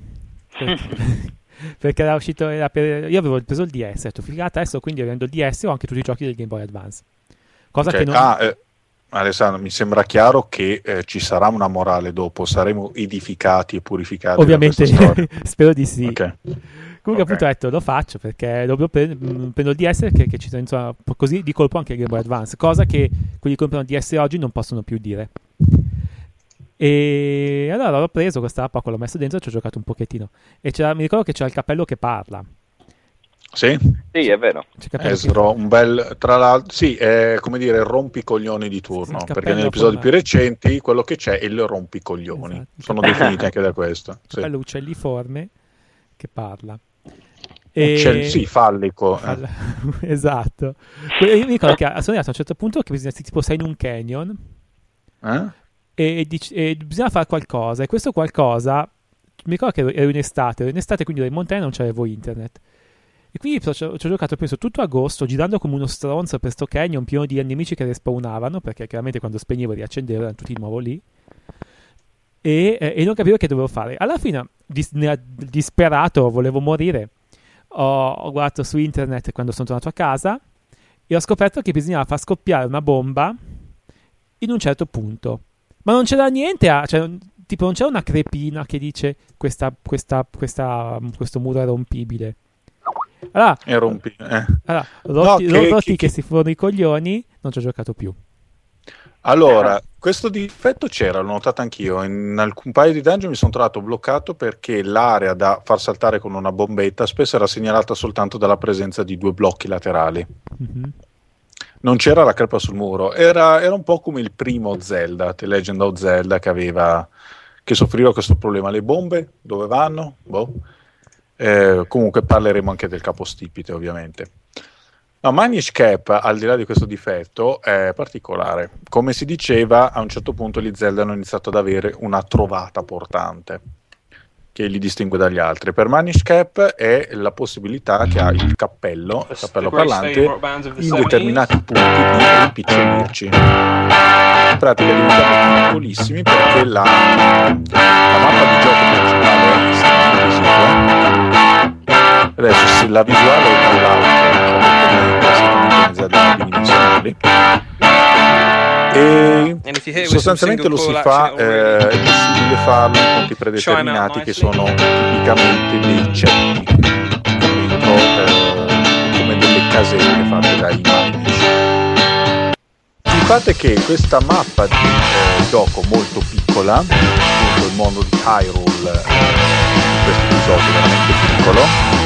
Perché era uscito, era per, io avevo preso il D S, ho detto figata, adesso quindi avendo il D S ho anche tutti i giochi del Game Boy Advance. Cosa Ok, che non... ah, eh, Alessandro, mi sembra chiaro che eh, ci sarà una morale dopo, saremo edificati e purificati Ovviamente, da questa storia. spero di sì. Ok. Comunque Ok. appunto ho detto lo faccio perché lo pre- prendo il D S che, che ci sono insomma, così di colpo anche il Game Boy Advance, cosa che quelli che comprano il D S oggi non possono più dire. E allora l'ho preso, costava poco, l'ho messo dentro e ci ho giocato un pochettino. E c'era, mi ricordo che c'era il cappello che parla. Sì? Sì, è vero. C'è il cappello che- Esro, un bel, tra l'altro, sì, è come dire rompicoglioni di turno, Sì, il perché cappello negli episodi con- più recenti quello che c'è è il rompicoglioni. Esatto, il Sono cappello- definiti anche da questo. il Sì. cappello uccelliforme che parla. Uccell- sì, fallico. eh. All- esatto. Que- Io mi ricordo che sono arrivato a un certo punto che bisogna, tipo sei in un canyon Eh? e, dic- e bisogna fare qualcosa e questo qualcosa mi ricordo che ero- ero in estate ero in estate quindi ero in montagna e non c'avevo internet e quindi ci ho, ci ho giocato penso tutto agosto girando come uno stronzo per sto canyon pieno di nemici che respawnavano perché chiaramente quando spegnevo e riaccendevo erano tutti di nuovo lì e, eh, e non capivo che dovevo fare alla fine dis- ne- disperato volevo morire ho, ho guardato su internet quando sono tornato a casa e ho scoperto che bisognava far scoppiare una bomba in un certo punto. Ma non c'era niente, a, cioè, tipo non c'era una crepina che dice questa, questa, questa, questo muro è rompibile. Allora, E rompi. eh. allora rotti, No, che- rotti che- che, si furono i coglioni, non ci ho giocato più. Allora, questo difetto c'era, l'ho notato anch'io. In alcun paio di dungeon mi sono trovato bloccato perché l'area da far saltare con una bombetta spesso era segnalata soltanto dalla presenza di due blocchi laterali. Mhm. Non c'era la crepa sul muro, era, era un po' come il primo Zelda, The Legend of Zelda, che aveva, che soffriva questo problema. Le bombe dove vanno? Boh. Eh, comunque parleremo anche del capostipite, ovviamente. No, Manish Cap, al di là di questo difetto, è particolare. Come si diceva, a un certo punto gli Zelda hanno iniziato ad avere una trovata portante che li distingue dagli altri. Per Manish Cap è la possibilità che ha il cappello, il cappello parlante, in determinati punti di rimpicciolirci. In pratica diventano piccolissimi perché la, la mappa di gioco principale è estremamente esigua. Adesso se la visuale è più alta, bidimensionali, e sostanzialmente lo si fa, eh, è possibile farlo in punti predeterminati che sono tipicamente dei ceppi dentro, eh, come delle casette fatte dai Manish. Il fatto è che questa mappa di eh, gioco molto piccola, appunto il mondo di Hyrule, eh, in questo episodio veramente piccolo,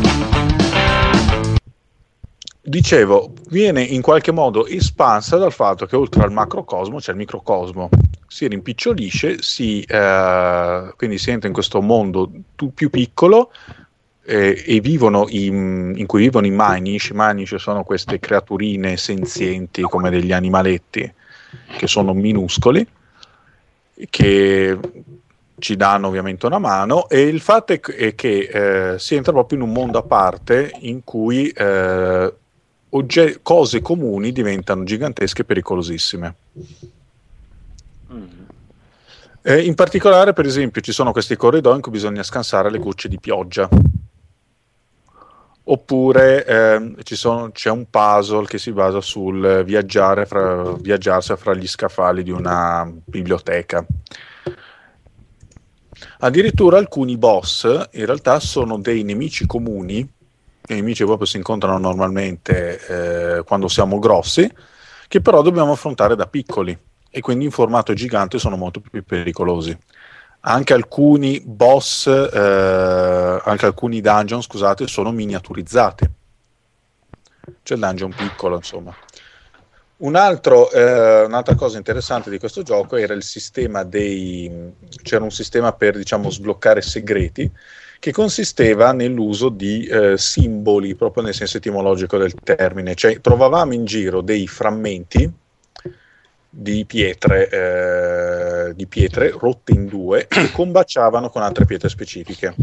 dicevo, viene in qualche modo espansa dal fatto che oltre al macrocosmo c'è il microcosmo, si rimpicciolisce, si, eh, quindi si entra in questo mondo tu, più piccolo eh, e vivono in, in cui vivono i Manish. I Manish sono queste creaturine senzienti come degli animaletti che sono minuscoli, che ci danno ovviamente una mano, e il fatto è, è che eh, si entra proprio in un mondo a parte in cui eh, ogge- cose comuni diventano gigantesche e pericolosissime. Mm. Eh, in particolare, per esempio, ci sono questi corridoi in cui bisogna scansare le gocce di pioggia, oppure eh, ci sono, c'è un puzzle che si basa sul viaggiare fra, viaggiarsi fra gli scaffali di una biblioteca. Addirittura alcuni boss in realtà sono dei nemici comuni, i nemici proprio si incontrano normalmente eh, quando siamo grossi, che però dobbiamo affrontare da piccoli e quindi in formato gigante sono molto più pericolosi. Anche alcuni boss, eh, anche alcuni dungeon, scusate, sono miniaturizzati. C'è il dungeon piccolo, insomma. Un altro, eh, un'altra cosa interessante di questo gioco era il sistema dei... c'era un sistema per, diciamo, sbloccare segreti, che consisteva nell'uso di eh, simboli, proprio nel senso etimologico del termine. Cioè trovavamo in giro dei frammenti di pietre, eh, di pietre rotte in due che combaciavano con altre pietre specifiche,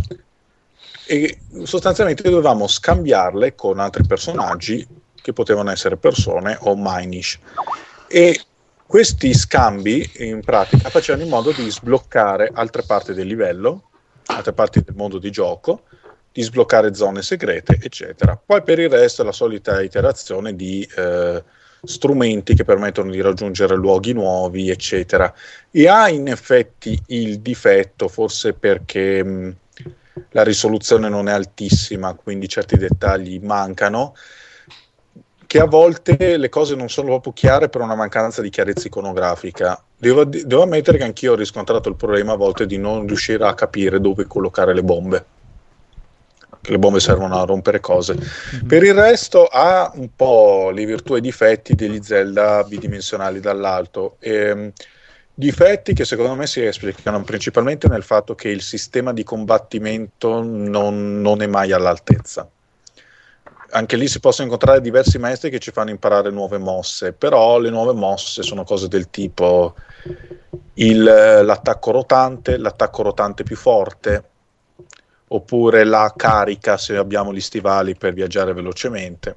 e sostanzialmente dovevamo scambiarle con altri personaggi che potevano essere persone o Manish, e questi scambi in pratica facevano in modo di sbloccare altre parti del livello, altre parti del mondo di gioco, di sbloccare zone segrete, eccetera. Poi per il resto è la solita iterazione di eh, strumenti che permettono di raggiungere luoghi nuovi, eccetera. E ha in effetti il difetto, forse perché mh, la risoluzione non è altissima, quindi certi dettagli mancano, che a volte le cose non sono proprio chiare per una mancanza di chiarezza iconografica. Devo, devo ammettere che anch'io ho riscontrato il problema a volte di non riuscire a capire dove collocare le bombe. Le bombe servono a rompere cose. Mm-hmm. Per il resto ha un po' le virtù e i difetti degli Zelda bidimensionali dall'alto. E, difetti che secondo me si esplicano principalmente nel fatto che il sistema di combattimento non, non è mai all'altezza. Anche lì si possono incontrare diversi maestri che ci fanno imparare nuove mosse, però le nuove mosse sono cose del tipo il, l'attacco rotante, l'attacco rotante più forte, oppure la carica se abbiamo gli stivali per viaggiare velocemente.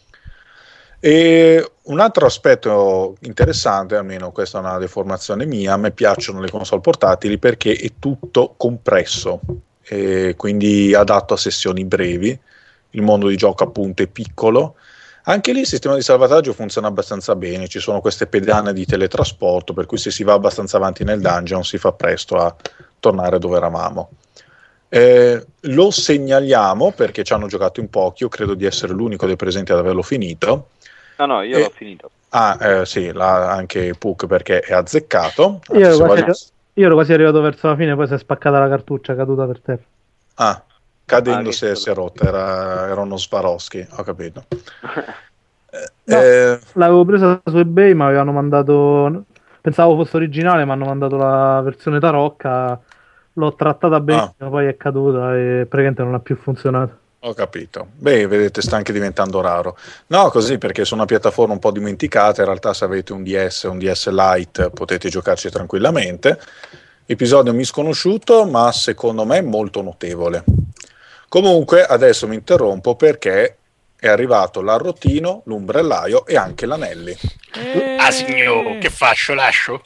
E un altro aspetto interessante, almeno questa è una deformazione mia, a me piacciono le console portatili perché è tutto compresso, e quindi adatto a sessioni brevi. Il mondo di gioco appunto è piccolo, anche lì il sistema di salvataggio funziona abbastanza bene, ci sono queste pedane di teletrasporto per cui se si va abbastanza avanti nel dungeon si fa presto a tornare dove eravamo. Eh, lo segnaliamo perché ci hanno giocato in pochi, io credo di essere l'unico dei presenti ad averlo finito. No, no, io eh, l'ho finito. Ah, eh, sì, la, anche Puck perché è azzeccato. Io ero, quasi, voglio... io ero quasi arrivato verso la fine, poi si è spaccata la cartuccia, caduta per terra. Ah, cadendo ah, si, è, si è rotta, era, era uno Swarovski, ho capito. No, eh, l'avevo presa su eBay, ma avevano mandato pensavo fosse originale, mi hanno mandato la versione tarocca, l'ho trattata benissimo, Ah. poi è caduta e praticamente non ha più funzionato. Ho capito. Beh, vedete, sta anche diventando raro. No, così perché su una piattaforma un po' dimenticata, in realtà se avete un D S, un D S Lite, potete giocarci tranquillamente. Episodio misconosciuto, ma secondo me molto notevole. Comunque, adesso mi interrompo perché è arrivato l'arrotino, l'umbrellaio e anche l'anelli. Eh, Ah, signor, che faccio? Lascio?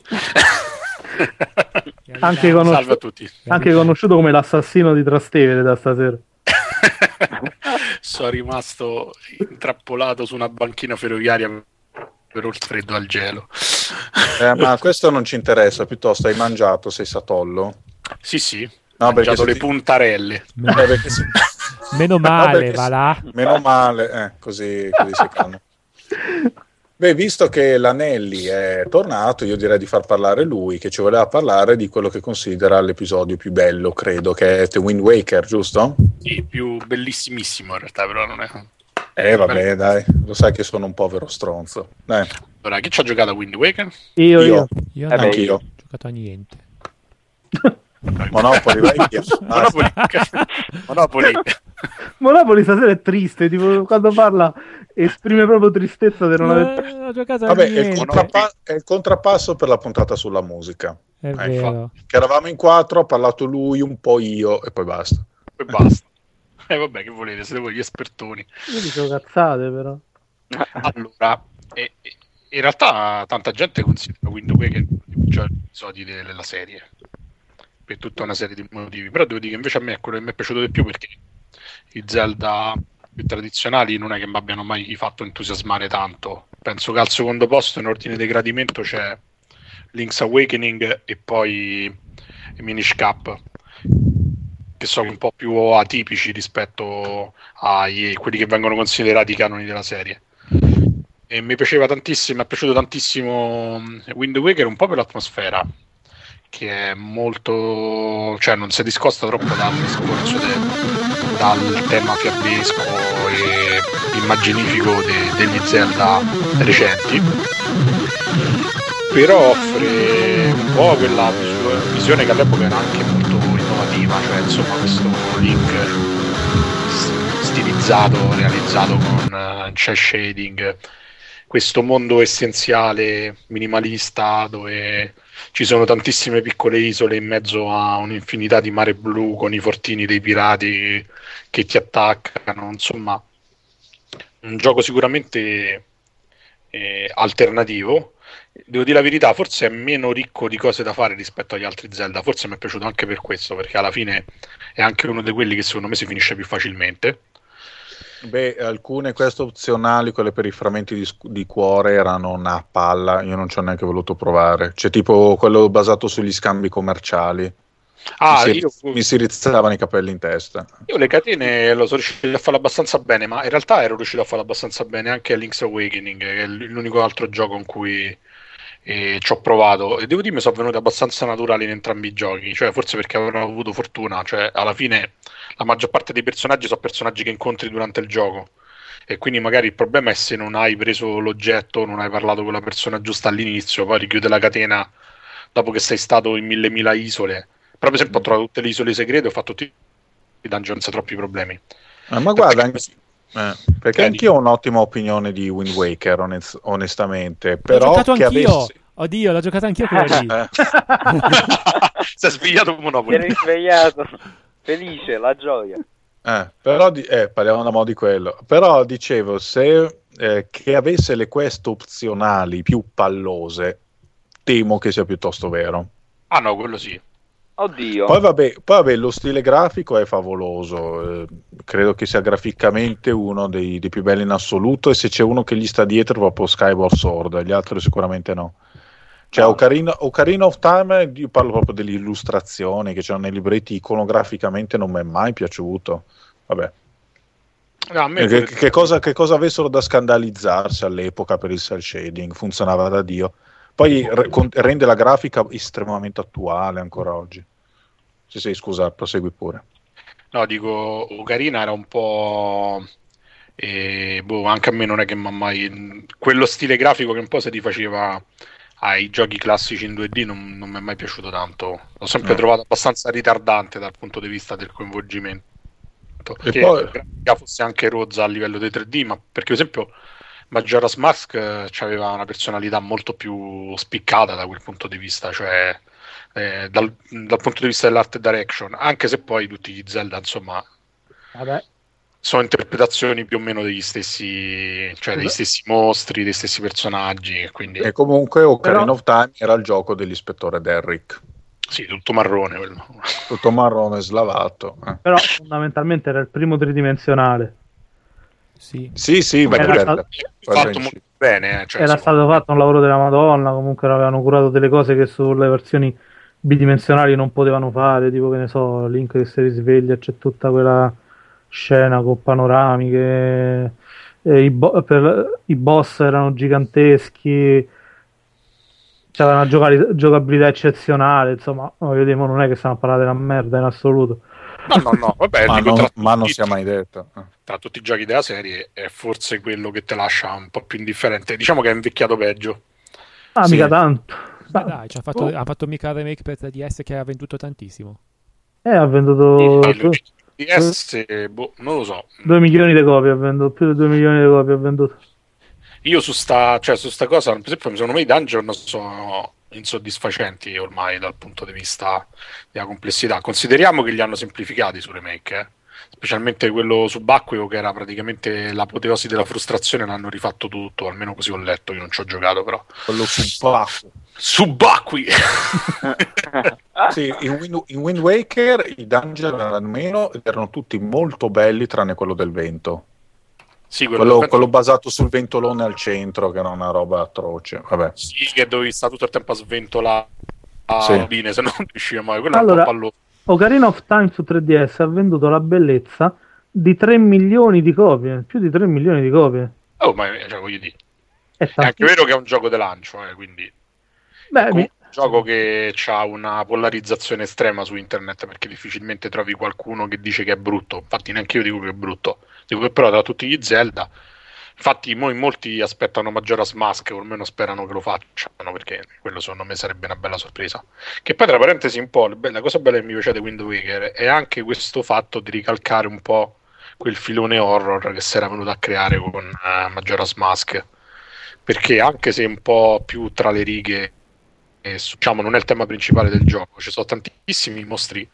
Anche, Salve a conosciuto, tutti. anche conosciuto come l'assassino di Trastevere da stasera. Sono rimasto intrappolato su una banchina ferroviaria per il freddo al gelo. Eh, ma questo non ci interessa, piuttosto hai mangiato, sei satollo? Sì, sì, ho No, perché mangiato se le ti- puntarelle. Eh, perché se- Meno No, male, perché va se- là. Meno male, eh, così, così si calma. Beh, visto che l'Anelli è tornato, io direi di far parlare lui, che ci voleva parlare di quello che considera l'episodio più bello, credo, che è The Wind Waker, giusto? Sì, più bellissimissimo in realtà, però non è... Eh, vabbè, dai, lo sai che sono un povero stronzo. Dai, Allora, chi ci ha giocato a Wind Waker? Io, io, io. Io Eh non beh, anch'io. ho giocato a niente. Monopoli, vai via. Ah, Monopoli. Monopoli. Monopoli stasera è triste, tipo quando parla esprime proprio tristezza di non aver... Eh, non ho giocato a Vabbè, è il, niente. contrappa- è il contrappasso per la puntata sulla musica. È Ecco. vero. Che eravamo in quattro, ha parlato lui, un po' io e poi basta. E basta. E vabbè, che volete, siete voi gli espertoni. Io dicevo cazzate però. Allora, eh, eh, in realtà tanta gente considera Wind Waker uno dei peggiori episodi della serie, per tutta una serie di motivi, però devo dire che invece a me è quello che mi è piaciuto di più, perché i Zelda più tradizionali non è che mi abbiano mai fatto entusiasmare tanto. Penso che al secondo posto in ordine di gradimento c'è Link's Awakening e poi Minish Cap, che sono un po' più atipici rispetto a quelli che vengono considerati i canoni della serie. E mi piaceva tantissimo, mi è piaciuto tantissimo Wind Waker, un po' per l'atmosfera, che è molto, cioè non si discosta troppo dal discorso de, dal tema fiabesco e immaginifico de, degli Zelda recenti, però offre un po' quella visione che all'epoca era anche molto innovativa, cioè insomma questo Link stilizzato, realizzato con uh, cel shading, questo mondo essenziale minimalista dove ci sono tantissime piccole isole in mezzo a un'infinità di mare blu con i fortini dei pirati che ti attaccano, insomma un gioco sicuramente eh, alternativo. Devo dire la verità, forse è meno ricco di cose da fare rispetto agli altri Zelda, forse mi è piaciuto anche per questo, perché alla fine è anche uno di quelli che secondo me si finisce più facilmente. Beh, alcune queste opzionali, quelle per i frammenti di, di cuore, erano una palla, io non ci ho neanche voluto provare. C'è tipo quello basato sugli scambi commerciali. Ah, mi, si, io, mi si rizzavano i capelli in testa. Io le catene lo sono riuscito a farlo abbastanza bene, ma in realtà ero riuscito a farlo abbastanza bene anche a Link's Awakening, che è l'unico altro gioco in cui eh, ci ho provato. E devo dire, mi sono venuti abbastanza naturali in entrambi i giochi, cioè forse perché avrò avuto fortuna, cioè alla fine la maggior parte dei personaggi sono personaggi che incontri durante il gioco. E quindi magari il problema è se non hai preso l'oggetto, non hai parlato con la persona giusta all'inizio, poi richiude la catena dopo che sei stato in mille mila isole. Però per esempio ho trovato tutte le isole segrete, ho fatto tutti i dungeon senza troppi problemi. Eh, ma guarda, anche, eh, perché Eh, anch'io ho un'ottima opinione di Wind Waker, onest- onestamente, L'ho però giocato che anch'io. avessi... Oddio, l'ho giocato anch'io quello lì. Eh, Si è svegliato un Si Monopoli. è risvegliato, felice, la gioia. eh, però di- eh, parliamo da mo' di quello. Però dicevo, se eh, che avesse le quest opzionali più pallose, temo che sia piuttosto vero. Ah no, quello sì. Oddio. Poi vabbè, poi vabbè, lo stile grafico è favoloso, eh, credo che sia graficamente uno dei, dei più belli in assoluto, e se c'è uno che gli sta dietro proprio Skyward Sword, gli altri sicuramente no. Cioè No. Ocarina, Ocarina of Time, io parlo proprio delle illustrazioni che c'erano nei libretti, iconograficamente non mi è mai piaciuto. Vabbè, No, a me che, pure- che cosa, che cosa avessero da scandalizzarsi all'epoca per il cel shading, funzionava da Dio. Poi re- con- rende la grafica estremamente attuale ancora oggi. Sì, sì, scusa, prosegui pure. No, dico, Ocarina era un po'... eh, boh, anche a me non è che mi ha mai... Quello stile grafico che un po' si rifaceva ai giochi classici in due D non, non mi è mai piaciuto tanto. L'ho sempre No. trovato abbastanza ritardante dal punto di vista del coinvolgimento. E Che poi- la grafica fosse anche rozza a livello dei tre D, ma perché per esempio Majora's Mask eh, aveva una personalità molto più spiccata da quel punto di vista, cioè eh, dal, dal punto di vista dell'art direction, anche se poi tutti gli Zelda insomma Vabbè, sono interpretazioni più o meno degli stessi, cioè degli Scusa. stessi mostri, degli stessi personaggi, quindi E comunque Ocarina Però- of Time era il gioco dell'ispettore Derrick, sì, tutto marrone quello. tutto marrone slavato. eh. però fondamentalmente era il primo tridimensionale. Sì. Sì, sì, Beh, ma era per- stato- per- fatto molto bene, eh, cioè, Era insomma, stato fatto un lavoro della Madonna, comunque avevano curato delle cose che sulle versioni bidimensionali non potevano fare, tipo che ne so, Link che si risveglia, c'è tutta quella scena con panoramiche, e i, bo- per- i boss erano giganteschi, c'era una gioca- giocabilità eccezionale, insomma, voglio dire, mo non è che stiamo a parlare della merda in assoluto. no, no, no, vabbè, ma, dico, non, tra, ma non tutti, si è mai detto. eh. tra tutti i giochi della serie è forse quello che te lascia un po' più indifferente. Diciamo che è invecchiato peggio. Ah, Sì. mica tanto. Ma dai, ci ha fatto, Oh. ha fatto mica il remake per tre D S che ha venduto tantissimo. Eh, ha venduto E il D S, boh, non lo so. due milioni di copie, ha venduto più di due milioni di copie, ha venduto. Io su sta, cioè, su sta cosa, per esempio, secondo me i dungeon sono insoddisfacenti ormai dal punto di vista della complessità. Consideriamo che li hanno semplificati su remake, eh? Specialmente quello subacqueo che era praticamente l'apoteosi della frustrazione, l'hanno rifatto tutto, almeno così ho letto, io non ci ho giocato però. Quello subacqueo. Subacqui! Sì, in Wind, in Wind Waker i dungeon erano meno ed erano tutti molto belli tranne quello del vento. Sì, quello, Quello, del- quello basato sul ventolone al centro, che era una roba atroce. Vabbè. sì, che dovevi stare tutto il tempo a sventolare a Sì. robine, se non riuscivi mai. Quello Allora- è un po' palloso. Ocarina of Time su tre D S ha venduto la bellezza di tre milioni di copie, più di tre milioni di copie. Oh, ma cioè, voglio dire, È, è anche tantissimo. vero che è un gioco di lancio, eh, quindi Beh, comunque mi- è un gioco che ha una polarizzazione estrema su internet perché difficilmente trovi qualcuno che dice che è brutto. Infatti neanche io dico che è brutto, dico che però tra tutti gli Zelda, infatti mo in molti aspettano Majora's Mask o almeno sperano che lo facciano, perché quello secondo me sarebbe una bella sorpresa. Che poi tra parentesi un po' la cosa bella che mi piace di Wind Waker è anche questo fatto di ricalcare un po' quel filone horror che si era venuto a creare con uh, Majora's Mask, perché anche se un po' più tra le righe, eh, diciamo non è il tema principale del gioco, ci sono tantissimi mostri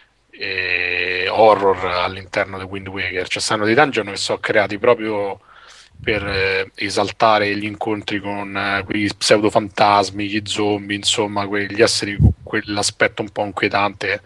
eh, horror all'interno di Wind Waker, cioè stanno dei dungeon che sono creati proprio per eh, esaltare gli incontri con eh, quei pseudo fantasmi, gli zombie, insomma quegli esseri con quell'aspetto un po' inquietante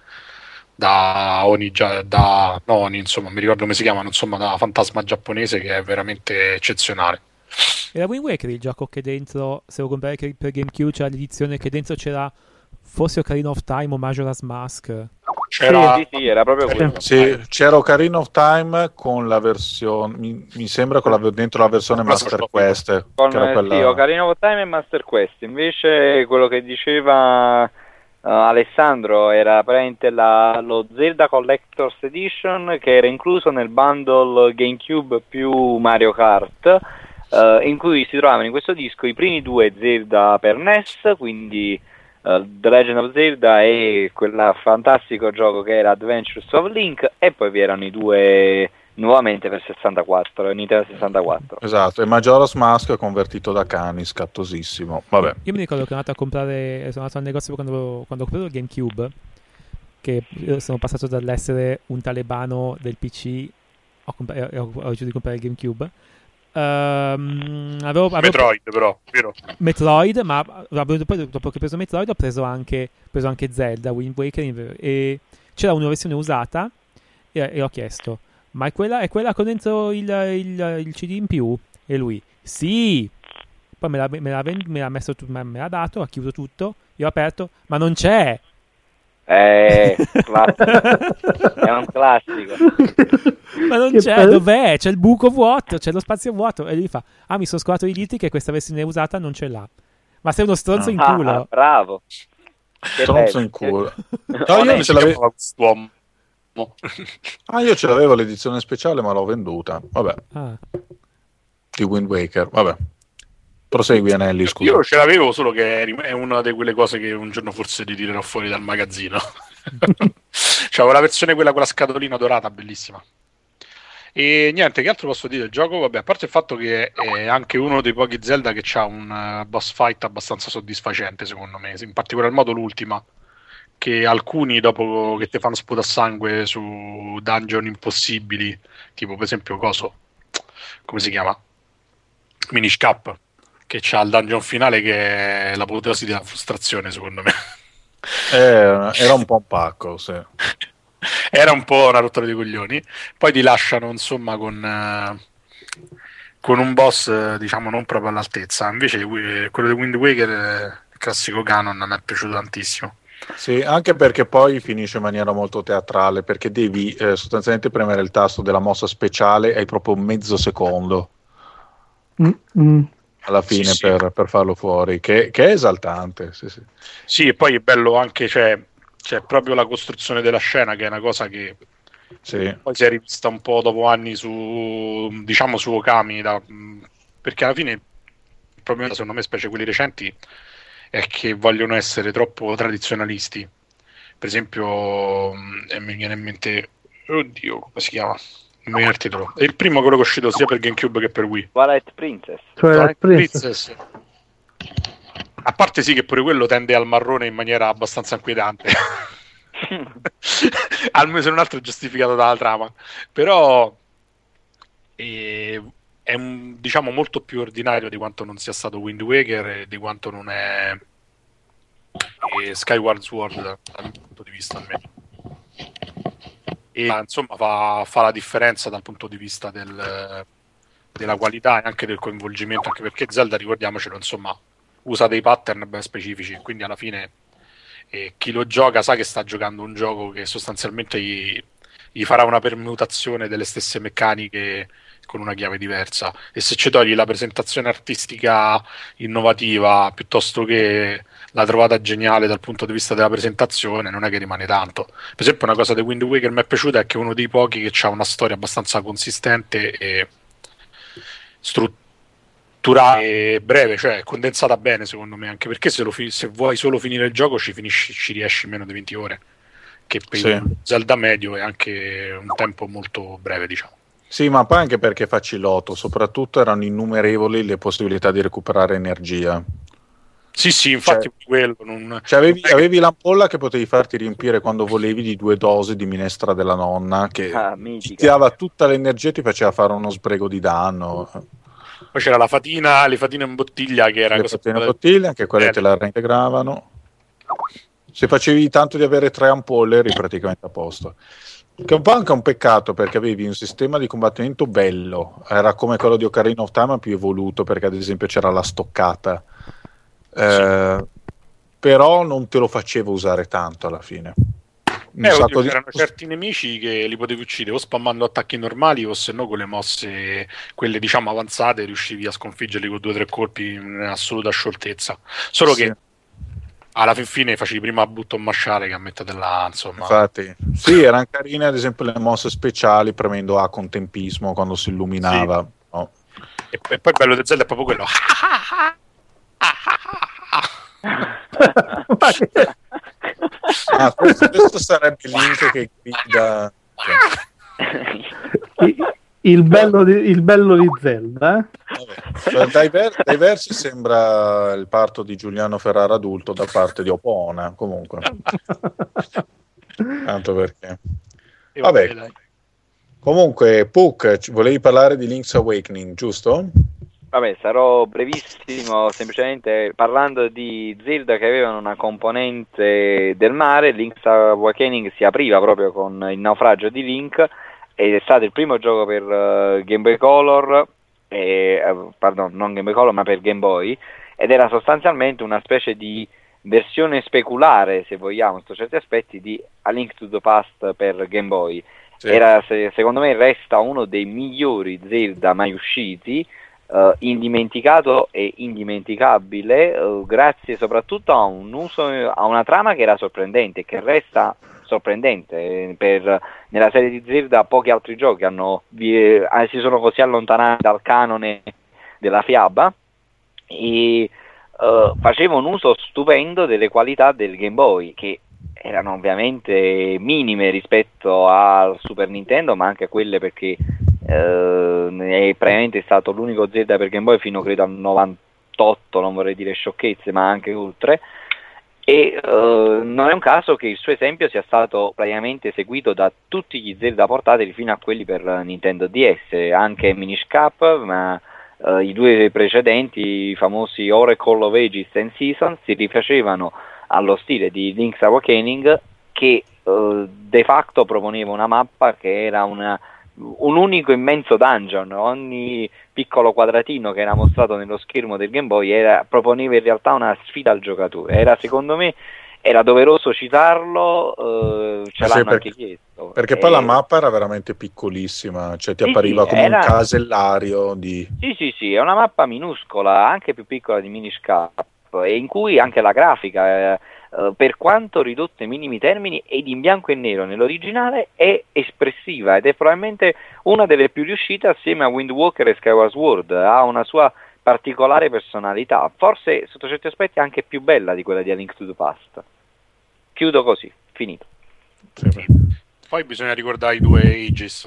da Oni, gia- da no, Oni, insomma mi ricordo come si chiamano, insomma da fantasma giapponese, che è veramente eccezionale. Era Wind Waker il gioco che dentro, se lo comprai per per GameCube, c'era l'edizione che dentro c'era forse Ocarina of Time o Majora's Mask. C'era Sì, sì, era proprio quello. Sì, c'era Ocarina of Time con la versione, mi, mi sembra con la, dentro la versione Con Master la- Quest. Con che era eh, quella... sì, Ocarina of Time e Master Quest. Invece quello che diceva eh, Alessandro era praticamente la- lo Zelda Collector's Edition, che era incluso nel bundle GameCube più Mario Kart, eh, in cui si trovavano in questo disco i primi due Zelda per N E S, quindi eh, The Legend of Zelda e quel fantastico gioco che era Adventures of Link, e poi vi erano i due nuovamente per sessantaquattro, Nintendo sessantaquattro. Esatto, e Majora's Mask convertito da cani, scattosissimo. Vabbè. Io mi ricordo che sono andato a comprare, sono andato al negozio quando, quando ho comprato il GameCube, che io sono passato dall'essere un talebano del P C, ho, comp- e ho, ho deciso di comprare il GameCube. Ehm, avevo, avevo Metroid però, vero? Metroid, ma avevo- poi dopo che ho preso Metroid ho preso anche, ho preso anche Zelda, Wind Waker, e c'era una versione usata e, e ho chiesto, ma è quella, è quella con dentro il, il, il C D in più? E lui, sì! Poi me l'ha, me l'ha, ven- me l'ha messo, tu- me l'ha dato, ha chiuso tutto, io ho aperto, ma non c'è! Eh, classico. È un classico. Ma non Che c'è, bello. dov'è? C'è il buco vuoto, c'è lo spazio vuoto. E lui fa, ah, mi sono scordato di dirti che questa versione usata non ce l'ha. Ma sei uno stronzo in Ah, culo. bravo. Che Stronzo bello. in culo. No, No, io Come ce l'avevo... chiamava quest'uomo? Ah, io ce l'avevo l'edizione speciale, ma l'ho venduta. Vabbè, Ah. di Wind Waker. Vabbè. Prosegui, Anelli, scusa. Io ce l'avevo, solo che è una di quelle cose che un giorno forse ti tirerò fuori dal magazzino. C'avevo la versione quella con la scatolina dorata, bellissima. E niente, che altro posso dire del gioco? Vabbè, a parte il fatto che è anche uno dei pochi Zelda che ha un uh, boss fight abbastanza soddisfacente, secondo me, in particolar modo l'ultima, che alcuni dopo che ti fanno sputare sangue su dungeon impossibili, tipo per esempio coso, come si chiama? Minish Cap, che c'ha il dungeon finale che è l'apoteosi della frustrazione, secondo me. Eh, era un po' un pacco, sì. Era un po' una rottura di coglioni. Poi ti lasciano, insomma, con, uh, con un boss, uh, diciamo, non proprio all'altezza. Invece uh, quello di Wind Waker, uh, il classico canon, mi è piaciuto tantissimo. Sì, anche perché poi finisce in maniera molto teatrale, perché devi eh, sostanzialmente premere il tasto della mossa speciale, hai proprio mezzo secondo Mm-mm. alla fine Sì, sì. per, per farlo fuori, che, che è esaltante. Sì, sì. Sì, e poi è bello anche, cioè, c'è proprio la costruzione della scena, che è una cosa che Sì. poi si è rivista un po' dopo anni su, diciamo, su Okami, da, perché alla fine il problema, secondo me, specie quelli recenti, è che vogliono essere troppo tradizionalisti. Per esempio, e mi viene in mente, oddio, come si chiama? Non mi viene il titolo. È il primo quello che è uscito sia per GameCube che per Wii. Twilight Princess. Twilight Princess. Princess. A parte sì che pure quello tende al marrone in maniera abbastanza inquietante. Almeno se non altro è giustificato dalla trama. Però eh, è un, diciamo, molto più ordinario di quanto non sia stato Wind Waker e di quanto non è eh, Skyward Sword dal mio punto di vista almeno. E insomma fa, fa la differenza dal punto di vista del, della qualità e anche del coinvolgimento, anche perché Zelda, ricordiamocelo, insomma, usa dei pattern ben specifici, quindi alla fine eh, chi lo gioca sa che sta giocando un gioco che sostanzialmente gli, gli farà una permutazione delle stesse meccaniche con una chiave diversa, e se ci togli la presentazione artistica innovativa piuttosto che la trovata geniale dal punto di vista della presentazione, non è che rimane tanto. Per esempio, una cosa di Wind Waker mi è piaciuta è che è uno dei pochi che ha una storia abbastanza consistente e strutturata e breve, cioè condensata bene, secondo me, anche perché se, lo fi- se vuoi solo finire il gioco ci finisci, ci riesci in meno di venti ore, che per Sì. un Zelda medio è anche un tempo molto breve, diciamo. Sì, ma poi anche perché facilotto, soprattutto erano innumerevoli le possibilità di recuperare energia. Sì, sì, infatti Cioè- quello non... Cioè avevi, non è che- avevi l'ampolla che potevi farti riempire quando volevi di due dosi di minestra della nonna, che Ah, ti mitica. tirava tutta l'energia e ti faceva fare uno sbrego di danno. Poi c'era la fatina, le fatine in bottiglia, che era Le cosa fattine bottiglie, anche quelle Eh, te la reintegravano. Se facevi tanto di avere tre ampolle eri praticamente a posto. Che è un po' anche un peccato, perché avevi un sistema di combattimento bello, era come quello di Ocarina of Time, ma più evoluto, perché ad esempio c'era la stoccata. Eh, però non te lo faceva usare tanto alla fine. Un Eh, oddio, sacco di- c'erano certi nemici che li potevi uccidere o spammando attacchi normali o se no con le mosse, quelle diciamo avanzate, riuscivi a sconfiggerli con due o tre colpi in assoluta scioltezza. Solo Sì. che alla fin fine facevi prima a button masciare che a metterla, insomma. Infatti, sì, erano carine ad esempio le mosse speciali premendo A con tempismo quando si illuminava. No. E, e poi il bello del Zelda è proprio quello. Ah, questo, questo sarebbe il link che grida. I- il, bello di, il bello di Zelda, eh? Vabbè. Dai, ver- dai versi sembra il parto di Giuliano Ferrara adulto da parte di Opona, comunque. Tanto perché. E Vabbè. dai. Comunque, Puck, ci- volevi parlare di Link's Awakening, giusto? Vabbè, sarò brevissimo, semplicemente parlando di Zelda che avevano una componente del mare. Link's Awakening si apriva proprio con il naufragio di Link ed è stato il primo gioco per uh, Game Boy Color, e, uh, pardon, non Game Boy Color ma per Game Boy, ed era sostanzialmente una specie di versione speculare, se vogliamo, sotto certi aspetti, di A Link to the Past per Game Boy. Sì. Era, se, secondo me resta uno dei migliori Zelda mai usciti, uh, indimenticato e indimenticabile, uh, grazie soprattutto a un uso, a una trama che era sorprendente, che resta sorprendente. Per, nella serie di Zelda pochi altri giochi hanno, vi, eh, si sono così allontanati dal canone della fiaba, e uh, faceva un uso stupendo delle qualità del Game Boy, che erano ovviamente minime rispetto al Super Nintendo, ma anche a quelle, perché uh, è praticamente stato l'unico Zelda per Game Boy fino credo al novantotto, non vorrei dire sciocchezze, ma anche oltre. E uh, non è un caso che il suo esempio sia stato praticamente seguito da tutti gli Zelda portatili fino a quelli per Nintendo D S, anche Minish Cap, ma uh, i due precedenti, i famosi Oracle of Ages and Seasons, si rifacevano allo stile di Link's Awakening, che uh, de facto proponeva una mappa che era una, un unico immenso dungeon. Ogni piccolo quadratino che era mostrato nello schermo del Game Boy era, proponeva in realtà una sfida al giocatore. Era, secondo me, era doveroso citarlo, eh, ce Eh sì, l'hanno perché, anche chiesto. perché E... poi la mappa era veramente piccolissima, cioè ti Sì, appariva sì, come era... un casellario di... Sì, sì, sì, è una mappa minuscola, anche più piccola di Minish Cap, e in cui anche la grafica, eh, eh, per quanto ridotta ai minimi termini ed in bianco e nero nell'originale, è espressiva ed è probabilmente una delle più riuscite assieme a Wind Waker e Skyward Sword. Ha una sua particolare personalità, forse sotto certi aspetti anche più bella di quella di A Link to the Past. Chiudo così, finito. Sì. Poi bisogna ricordare i due Aegis.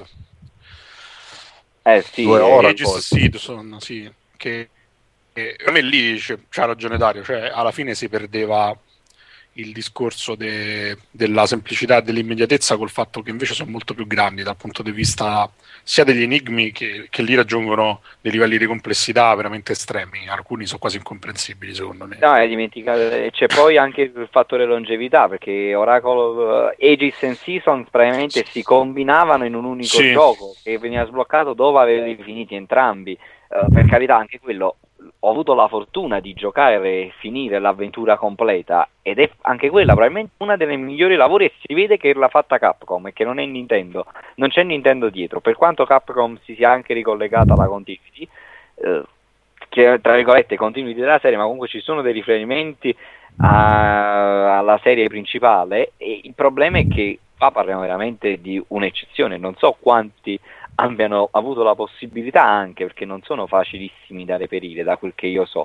Eh sì, Due eh, ora. Aegis sì, sono, sì, che eh, a me lì c'è, c'ha ragione Dario, cioè alla fine si perdeva il discorso de, della semplicità e dell'immediatezza col fatto che invece sono molto più grandi dal punto di vista sia degli enigmi che, che lì raggiungono dei livelli di complessità veramente estremi, alcuni sono quasi incomprensibili secondo me. No, è dimenticato, c'è poi anche il fattore longevità, perché Oracle uh, Ages and Seasons praticamente si combinavano in un unico Sì. gioco che veniva sbloccato dopo averli finiti entrambi. Uh, per carità, anche quello ho avuto la fortuna di giocare e finire l'avventura completa, ed è anche quella probabilmente una delle migliori lavori, e si vede che l'ha fatta Capcom e che non è Nintendo, non c'è Nintendo dietro, per quanto Capcom si sia anche ricollegata alla continuity, uh, che tra virgolette continuity della serie, ma comunque ci sono dei riferimenti a, alla serie principale, e il problema è che qua parliamo veramente di un'eccezione. Non so quanti abbiano avuto la possibilità, anche perché non sono facilissimi da reperire, da quel che io so.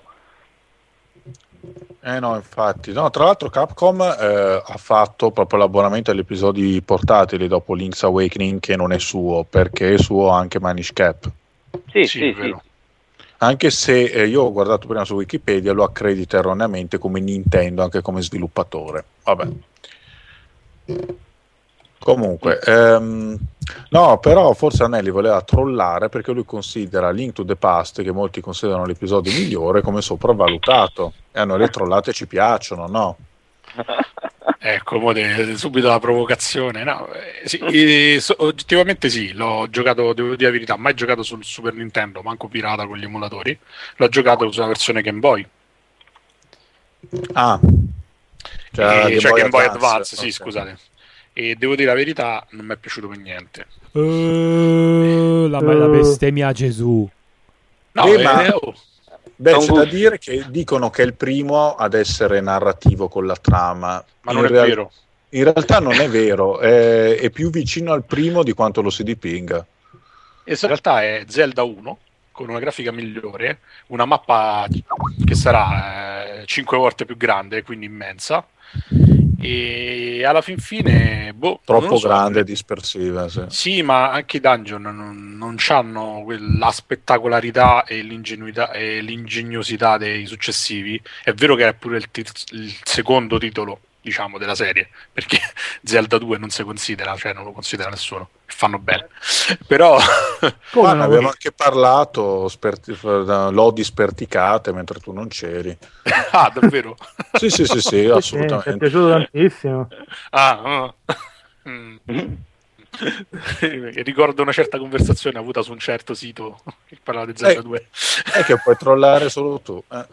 Eh no, infatti. No, tra l'altro Capcom eh, ha fatto proprio l'abbonamento agli episodi portatili dopo Link's Awakening, che non è suo, perché è suo anche Manish Cap. Sì, Sì, sì, è vero. sì. Anche se eh, io ho guardato prima su Wikipedia, lo accredita erroneamente come Nintendo, anche come sviluppatore. Vabbè. Comunque, ehm, no, però forse Anelli voleva trollare, perché lui considera Link to the Past, che molti considerano l'episodio migliore, come sopravvalutato. E a noi le trollate ci piacciono, no? Ecco, mo de- subito la provocazione. No, eh, sì, eh, so- oggettivamente sì, l'ho giocato, devo dire la verità, mai giocato sul Super Nintendo, manco pirata con gli emulatori, l'ho giocato sulla versione Game Boy. Ah, Cioè, Game cioè Boy Game Boy Advance, Advance, sì, ok. scusate. E devo dire la verità, non mi è piaciuto per niente. Uh, la, la bestemmia a Gesù. No, Eh, eh, ma- oh, Beh, Sono c'è da gusti. dire che dicono che è il primo ad essere narrativo con la trama. ma In non è real- vero. In realtà non è vero, è, è più vicino al primo di quanto lo si dipinga. In realtà è Zelda uno con una grafica migliore, una mappa che sarà eh, cinque volte più grande, quindi immensa, e alla fin fine boh, non Troppo lo so. grande e dispersiva. Sì. Sì, ma anche i dungeon non, non hanno quella spettacolarità e l'ingenuità e l'ingegnosità dei successivi. È vero che è pure il, tit- il secondo titolo, diciamo, della serie, perché Zelda due non si considera, cioè non lo considera nessuno, fanno bene. Però Come Ma no? ne abbiamo anche parlato, sperti- lodi sperticate mentre tu non c'eri. ah, davvero? Sì, sì, sì, sì, Sì, sì, mi è assolutamente. piaciuto tantissimo. Ah, ah. Mm. Ricordo una certa conversazione avuta su un certo sito che parlava di Zelda Eh, due. È che puoi trollare solo tu. eh.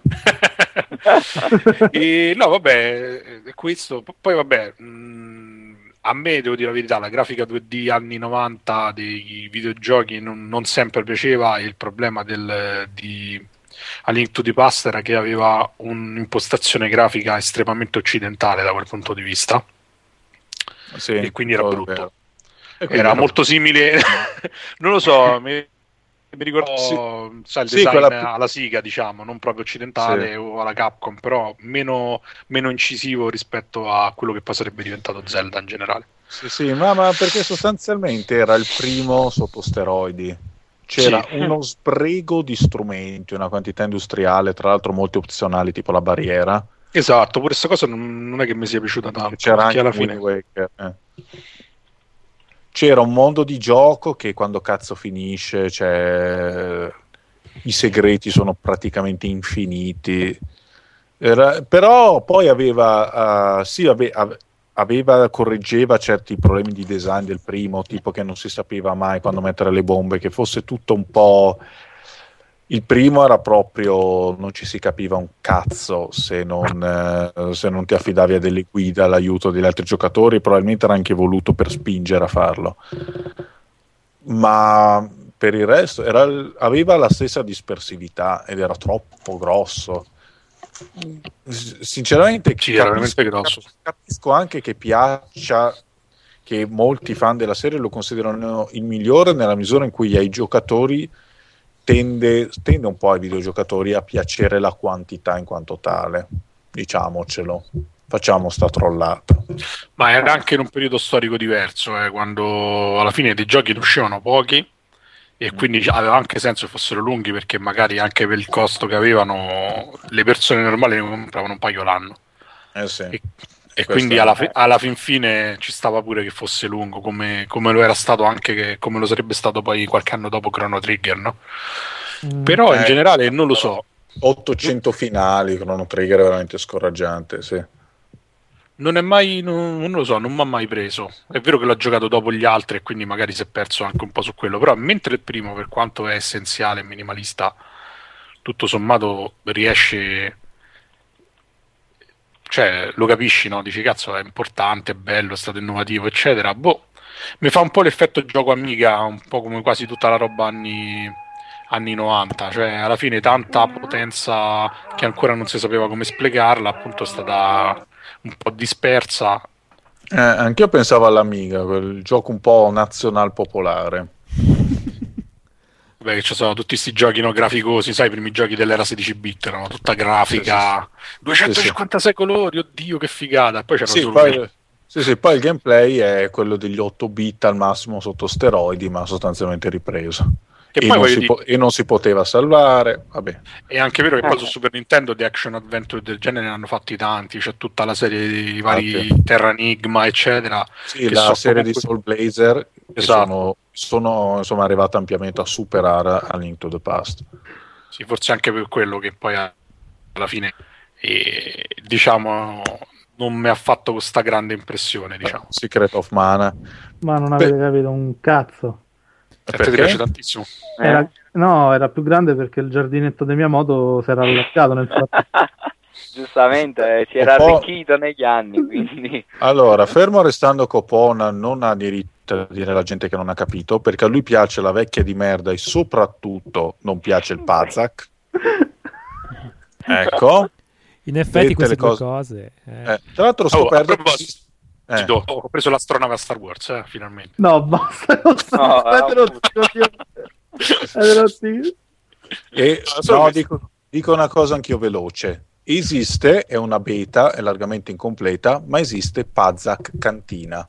E, no, vabbè, è questo. P- Poi, vabbè, mh, a me devo dire la verità, la grafica due D anni novanta dei videogiochi non, non sempre piaceva. E il problema del, di A Link to the Past era che aveva un'impostazione grafica estremamente occidentale da quel punto di vista, Sì, e quindi era so, è brutto. vero. E quindi Era era molto simile, non lo so, mi Mi ricordo, Sì. sai, il Sì, design quella- alla Sega, diciamo, non proprio occidentale Sì. o alla Capcom, però meno, meno incisivo rispetto a quello che poi sarebbe diventato Zelda in generale. Sì, sì, ma, ma perché sostanzialmente era il primo sotto steroidi. C'era Sì. uno sbrego di strumenti, una quantità industriale, tra l'altro molti opzionali, tipo la barriera. Esatto, pure questa cosa non, non è che mi sia piaciuta tanto, C'era perché anche alla in fine... Wind Waker. eh. C'era un mondo di gioco che quando cazzo finisce, cioè, i segreti sono praticamente infiniti. Era- però poi aveva, eh, sì, ave- ave- aveva, correggeva certi problemi di design del primo, tipo che non si sapeva mai quando mettere le bombe, che fosse tutto un po'. Il primo era proprio, non ci si capiva un cazzo se non, eh, se non ti affidavi a delle guide, all'aiuto degli altri giocatori, probabilmente era anche voluto per spingere a farlo. Ma per il resto era, aveva la stessa dispersività ed era troppo grosso. S- Sinceramente Sì, era capisco, veramente grosso. capisco anche che piaccia, che molti fan della serie lo considerano il migliore nella misura in cui ai giocatori tende, tende un po' ai videogiocatori a piacere la quantità in quanto tale, diciamocelo, facciamo sta trollata. Ma era anche in un periodo storico diverso, eh, quando alla fine dei giochi ne uscivano pochi e quindi aveva anche senso che fossero lunghi, perché magari anche per il costo che avevano le persone normali ne compravano un paio l'anno. Eh sì, E, e questo quindi è- alla, fi- alla fin fine ci stava pure che fosse lungo, come, come lo era stato anche, che, come lo sarebbe stato poi qualche anno dopo Chrono Trigger, no? Mm. Però in Eh, generale non lo so, ottocento finali, Chrono Trigger è veramente scoraggiante, sì. non è mai, non, non lo so, non mi ha mai preso. È vero che l'ho giocato dopo gli altri e quindi magari si è perso anche un po' su quello, però mentre il primo, per quanto è essenziale e minimalista, tutto sommato riesce, cioè lo capisci, no? Dici cazzo, è importante, è bello, è stato innovativo, eccetera. Boh, mi fa un po' l'effetto gioco Amiga, un po' come quasi tutta la roba anni, anni novanta, cioè alla fine tanta potenza che ancora non si sapeva come spiegarla, appunto è stata un po' dispersa. Eh, anch'io pensavo all'Amiga, quel gioco un po' nazional popolare. Beh, che ci sono tutti questi giochi, no, graficosi, sai, i primi giochi dell'era sedici bit erano tutta grafica, duecentocinquantasei colori, oddio che figata, poi c'era Sì, solo poi, quello. sì, sì, poi il gameplay è quello degli otto bit al massimo sotto steroidi, ma sostanzialmente ripreso. Che E poi non, voglio si dire, po- e non si poteva salvare, vabbè. è anche vero che poi Eh. su Super Nintendo di action adventure del genere ne hanno fatti tanti, c'è tutta la serie di vari Infatti. Terra Enigma, eccetera, Sì, che la so serie comunque... di Soul Blazer che Esatto. sono, sono insomma arrivate ampiamente a superare a Link to the Past. Sì, forse anche per quello che poi alla fine, eh, diciamo, non mi ha fatto questa grande impressione, diciamo. Secret of Mana. Ma non Beh, avete capito un cazzo. A te ti perché? piace tantissimo? Era- Eh? no, era più grande perché il giardinetto di Miyamoto si era allargato nel frattempo. Giustamente, eh, si era Un po'- arricchito negli anni, quindi... Allora, fermo restando Copona non ha diritto a dire alla gente che non ha capito, perché a lui piace la vecchia di merda e soprattutto non piace il Pazak. Ecco. In effetti Dette queste le due cose- cose... eh. Eh, tra l'altro ho Oh, a scoperto che proposito, esiste- eh, ho preso l'astronave a Star Wars, eh, finalmente. No, basta. Non sta- No, avete no, rotto i coglioni. Avete rotto i- e, Ah, solo no, questo. dico, dico una cosa anch'io veloce. Esiste, è una beta, è largamente incompleta, ma esiste Pazak Cantina.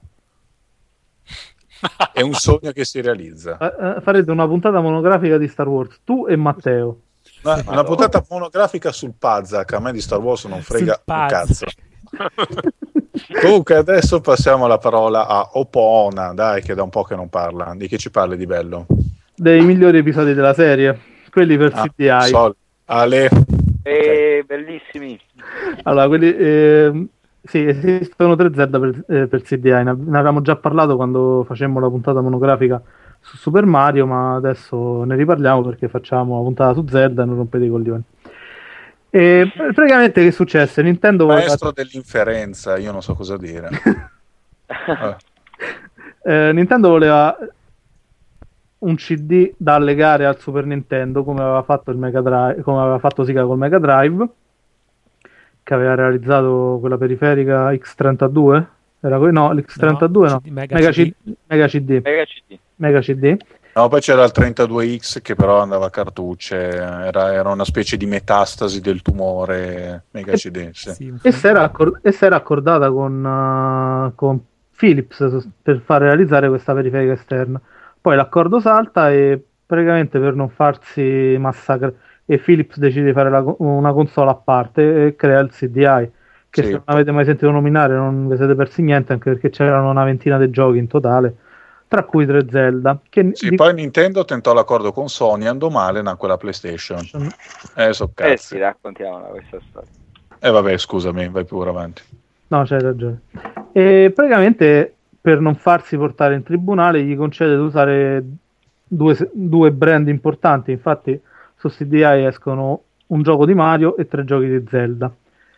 È un sogno che si realizza. Eh, eh, Farete una puntata monografica di Star Wars, tu e Matteo. Una, una puntata monografica sul Pazak, a me di Star Wars non frega Sul un cazzo. Pazak. Comunque adesso passiamo la parola a Opona, dai, che da un po' che non parla. Di che ci parli di bello? Dei migliori episodi della serie, quelli per Ah, C D I. Sol- Ale. Eh, bellissimi. Allora, quelli, ehm, sì, esistono tre Zelda per, eh, per C D I, ne, ne avevamo già parlato quando facemmo la puntata monografica su Super Mario, ma adesso ne riparliamo perché facciamo la puntata su Zelda e non rompete i coglioni. E praticamente che successe? Nintendo voleva- Maestro dell'inferenza, io non so cosa dire. Eh, eh, Nintendo voleva un C D da allegare al Super Nintendo come aveva fatto il Mega Drive, come aveva fatto Sega col Mega Drive, che aveva realizzato quella periferica X trentadue. Era que- no, l'X trentadue no, No, C D, Mega Mega, C D. C- Mega C D. Mega C D. Mega C D. No, poi c'era il trentadue X che però andava a cartucce, era, era una specie di metastasi del tumore megacidense. Sì, un E film- si era, accor- e si era accordata con, uh, con Philips per far realizzare questa periferica esterna. Poi l'accordo salta e praticamente per non farsi massacrare, e Philips decide di fare la co- una console a parte e crea il C D I, che Sì. se non avete mai sentito nominare non vi siete persi niente, anche perché c'erano una ventina di giochi in totale, tra cui tre Zelda. Che Sì, di- poi Nintendo tentò l'accordo con Sony, andò male, nacque la PlayStation. Eh, so Eh cazzi. sì, raccontiamola questa storia. Eh vabbè, scusami, vai pure avanti. No, c'hai ragione. E praticamente per non farsi portare in tribunale gli concede di usare due, se- due brand importanti. Infatti su C D I escono un gioco di Mario e tre giochi di Zelda.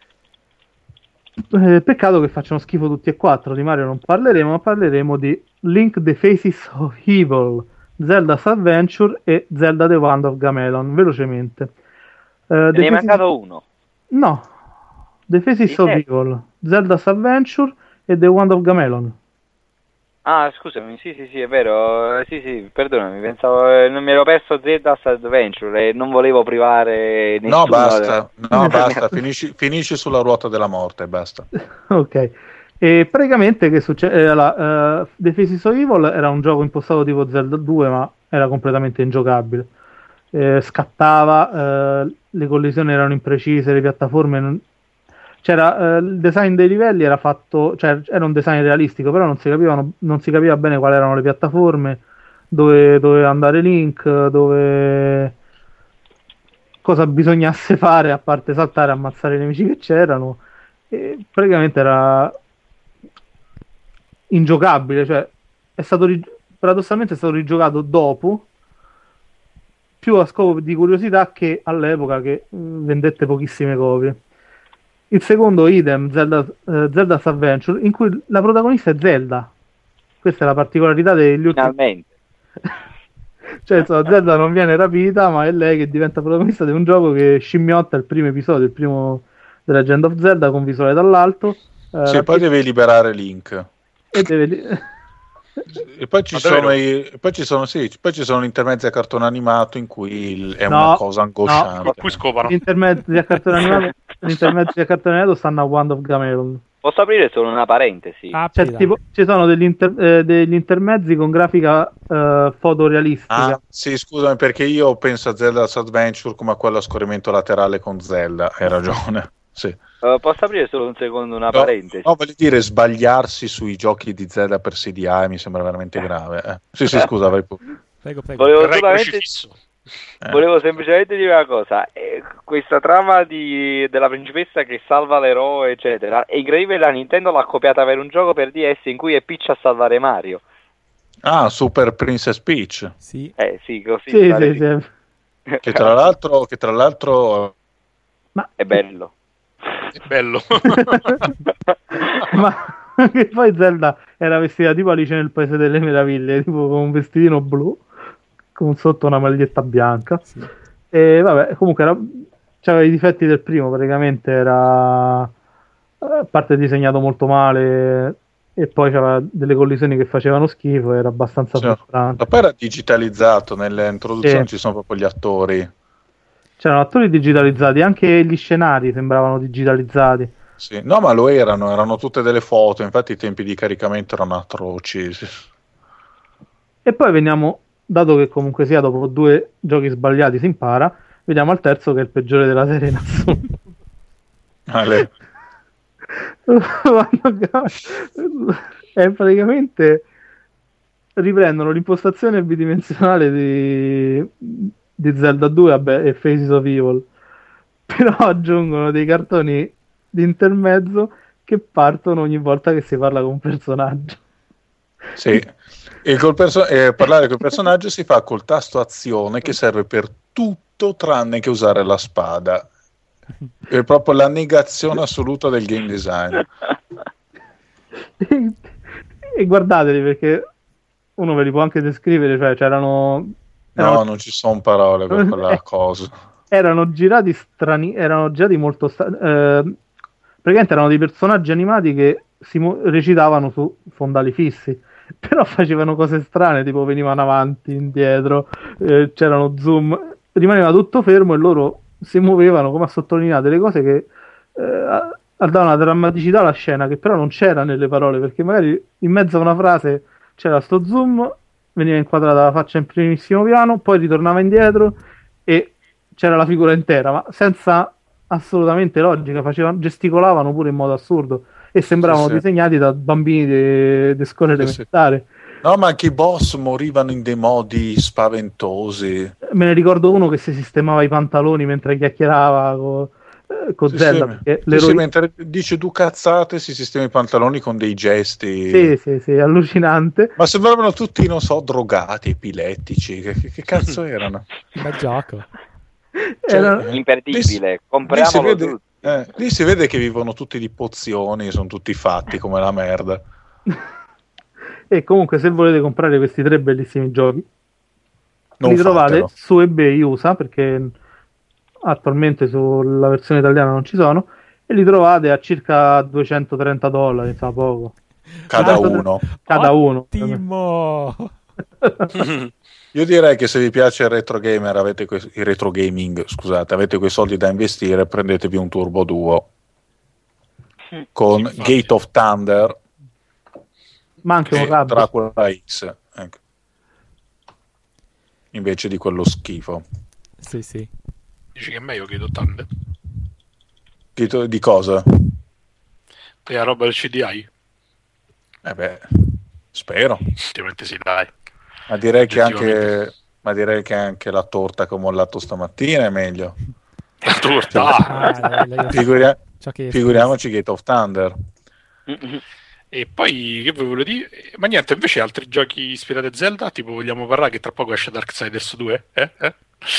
Eh, peccato che facciano schifo tutti e quattro. Di Mario non parleremo, ma parleremo di Link the Faces of Evil, Zelda's Adventure e Zelda The Wand of Gamelon, velocemente. Eh, Ne The è Faces- mancato uno. No, The Faces Sì, of eh. Evil, Zelda's Adventure e The Wand of Gamelon. Ah, scusami, sì, sì, sì, è vero. eh, Sì, sì, perdonami, pensavo, eh, non mi ero perso Zelda's Adventure e non volevo privare nessuno. No, basta, no, Eh, basta, finisci, finisci sulla ruota della morte, basta. Ok. E praticamente che succede? Uh, The Faces of Evil era un gioco impostato tipo Zelda due, ma era completamente ingiocabile. Eh, scattava, eh, le collisioni erano imprecise, le piattaforme non... c'era, eh, il design dei livelli era fatto, cioè era un design realistico, però non si capivano, non si capiva bene quali erano le piattaforme, dove doveva andare Link, dove cosa bisognasse fare a parte saltare e ammazzare i nemici che c'erano. E praticamente era ingiocabile, cioè è stato rig- paradossalmente è stato rigiocato dopo, più a scopo di curiosità che all'epoca che mh, vendette pochissime copie. Il secondo idem, Zelda, eh, Zelda's Adventure, in cui la protagonista è Zelda. Questa è la particolarità degli ultimi. Finalmente. Cioè, insomma, Zelda non viene rapita, ma è lei che diventa protagonista di un gioco che scimmiotta il primo episodio, il primo The Legend of Zelda, con visuale dall'alto. eh, Sì, rapita- poi devi liberare Link. e deve li- E poi ci Ma sono davvero? i, poi ci sono, sì, poi ci sono intermezzi a cartone animato in cui il- è No, una cosa angosciante. Ma qui scopano. Gli intermezzi a cartone animato, gli intermezzi a cartone animato stanno a Wand of Gamelon. Posso aprire solo una parentesi? Ah, Cioè, aprila. tipo, ci sono degli, inter- eh, degli intermezzi con grafica eh, fotorealistica. Ah, sì, scusami, perché io penso a Zelda's Adventure come a quello a scorrimento laterale con Zelda, hai ragione. Sì. Eh, posso aprire solo un secondo una No, parentesi? no, voglio dire, sbagliarsi sui giochi di Zelda per C D I mi sembra veramente grave. eh. Sì, sì, scusa, vai pure. Prego, prego. Volevo Verrai solamente, crocifisso. Eh. volevo semplicemente dire una cosa. Eh, questa trama di, della principessa che salva l'eroe, eccetera, è incredibile. La Nintendo l'ha copiata per un gioco per D S in cui è Peach a salvare Mario. Ah, Super Princess Peach, Sì. Eh sì, così Sì, stare sì, lì. sì. che tra l'altro, che tra l'altro Ma, È bello. È bello. ma che poi Zelda era vestita tipo Alice nel Paese delle Meraviglie, tipo con un vestitino blu, con sotto una maglietta bianca. Sì. E vabbè, comunque era, c'aveva i difetti del primo, praticamente era, a parte disegnato molto male, e poi c'aveva delle collisioni che facevano schifo, era abbastanza cioè, frustrante. ma poi era digitalizzato, nelle introduzioni Sì. ci sono proprio gli attori. C'erano attori digitalizzati, anche gli scenari sembravano digitalizzati. Sì. No, ma lo erano, erano tutte delle foto, infatti i tempi di caricamento erano atroci. Sì. E poi veniamo, dato che comunque sia dopo due giochi sbagliati si impara, vediamo al terzo che è il peggiore della serie in assoluto. Ale. E praticamente riprendono l'impostazione bidimensionale di, di Zelda due, vabbè, e Faces of Evil, però aggiungono dei cartoni di intermezzo che partono ogni volta che si parla con un personaggio. Sì. E col perso- eh, parlare col personaggio si fa col tasto azione che serve per tutto tranne che usare la spada. È proprio la negazione assoluta del game design. E, e guardateli, perché uno ve li può anche descrivere, cioè c'erano No, erano, non ci sono parole per quella cosa. erano girati strani, erano girati molto sta- eh, praticamente erano dei personaggi animati che si mo- recitavano su fondali fissi, però facevano cose strane, tipo venivano avanti, indietro, eh, c'erano zoom, rimaneva tutto fermo e loro si muovevano come a sottolineare delle cose che eh, davano una drammaticità alla scena che però non c'era nelle parole, perché magari in mezzo a una frase c'era sto zoom, veniva inquadrata la faccia in primissimo piano, poi ritornava indietro e c'era la figura intera, ma senza assolutamente logica, facevano, gesticolavano pure in modo assurdo e sembravano Sì, sì. disegnati da bambini di scuola Sì, sì. elementare. No, ma anche i boss morivano in dei modi spaventosi. Me ne ricordo uno che si sistemava i pantaloni mentre chiacchierava con, eh, con Sì, Zelda, sì. perché Sì, l'eroe- sì, mentre dice due cazzate si sistema i pantaloni con dei gesti. sì, sì, sì, allucinante. Ma sembravano tutti, non so, drogati, epilettici. Che, che- che cazzo erano? Bel gioco. Cioè, Era- eh, Imperdibile, lì si- lì si compriamolo vede, tutti. eh, lì si vede che vivono tutti di pozioni, sono tutti fatti come la merda. E comunque se volete comprare questi tre bellissimi giochi Non li trovate fatelo. su eBay U S A, perché attualmente sulla versione italiana non ci sono, e li trovate a circa duecentotrenta dollari, insomma poco. Cada duecentotrenta uno. Cada uno. Ottimo. Io direi che se vi piace il retro gamer, avete que- il retro gaming, scusate, avete quei soldi da investire, prendetevi un Turbo Duo con Sì, infatti. Gate of Thunder Ma anche un e Rabbids. Dracula X, ecco. Invece di quello schifo. Sì, sì. Dici che è meglio che Thunder? Di, di cosa? E la roba del C D I? Eh beh, spero. Ovviamente sì, dai. Ma direi che Oggettivamente. anche, ma direi che anche la torta che ho mollato stamattina è meglio. La torta. Ah, la- la- Figuria- ciò che- figuriamoci Gate of Thunder. E poi, che vi volevo dire? Ma niente, invece altri giochi ispirati a Zelda, tipo vogliamo parlare che tra poco esce Darksiders due? Eh? Eh?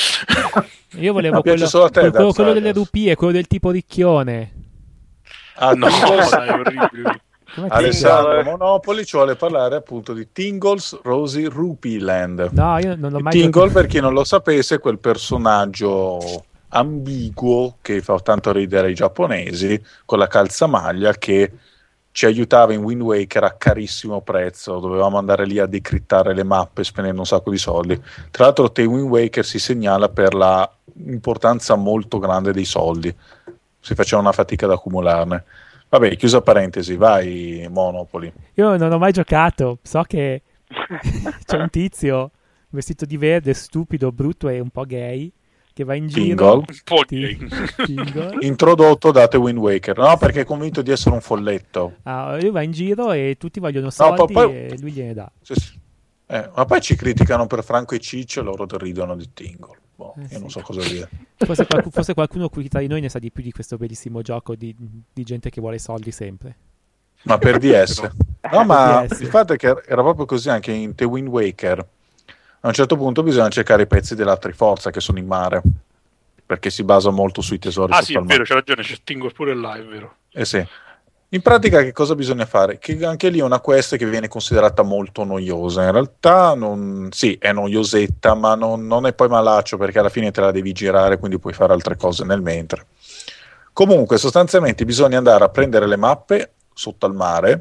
Io volevo No, piace quello, solo a te, quello, quello, quello delle Darksiders. rupie, quello del tipo ricchione. Ah, No, Tingles- dai, è orribile. Come Alessandro Tingle. Monopoli ci vuole parlare appunto di Tingles Rosy Rupee Land. No, io non l'ho mai Tingle, giocato. per chi non lo sapesse, è quel personaggio ambiguo che fa tanto ridere ai giapponesi, con la calzamaglia, che ci aiutava in Wind Waker a carissimo prezzo. Dovevamo andare lì a decrittare le mappe spendendo un sacco di soldi. Tra l'altro te Wind Waker si segnala per la importanza molto grande dei soldi, si faceva una fatica ad accumularne. Vabbè, chiusa parentesi, vai Monopoli. Io non ho mai giocato. So che c'è un tizio vestito di verde, stupido, brutto e un po' gay, che va in giro. Tingle, Un po' Ti- gay. Tingle. introdotto da The Wind Waker, no? Perché è convinto di essere un folletto. Ah, lui va in giro e tutti vogliono soldi poi- poi- e lui gliene dà. Sì, sì. Eh, ma poi ci criticano per Franco e Ciccio e loro ridono di Tingle. Boh, Eh, io sì. non so cosa dire. Forse, qualcu- forse qualcuno qui tra di noi ne sa di più di questo bellissimo gioco di, di gente che vuole soldi sempre. Ma per D S? No, ma D S. il fatto è che era proprio così anche in The Wind Waker. A un certo punto bisogna cercare i pezzi della Triforza che sono in mare, perché si basa molto sui tesori Ah sotto sì, è al mare. vero, c'è ragione, c'è Tingle pure là, è vero. Eh sì. In pratica che cosa bisogna fare? Che anche lì è una quest che viene considerata molto noiosa. In realtà non, sì, è noiosetta, ma non, non è poi malaccio, perché alla fine te la devi girare, quindi puoi fare altre cose nel mentre. Comunque, sostanzialmente bisogna andare a prendere le mappe sotto al mare,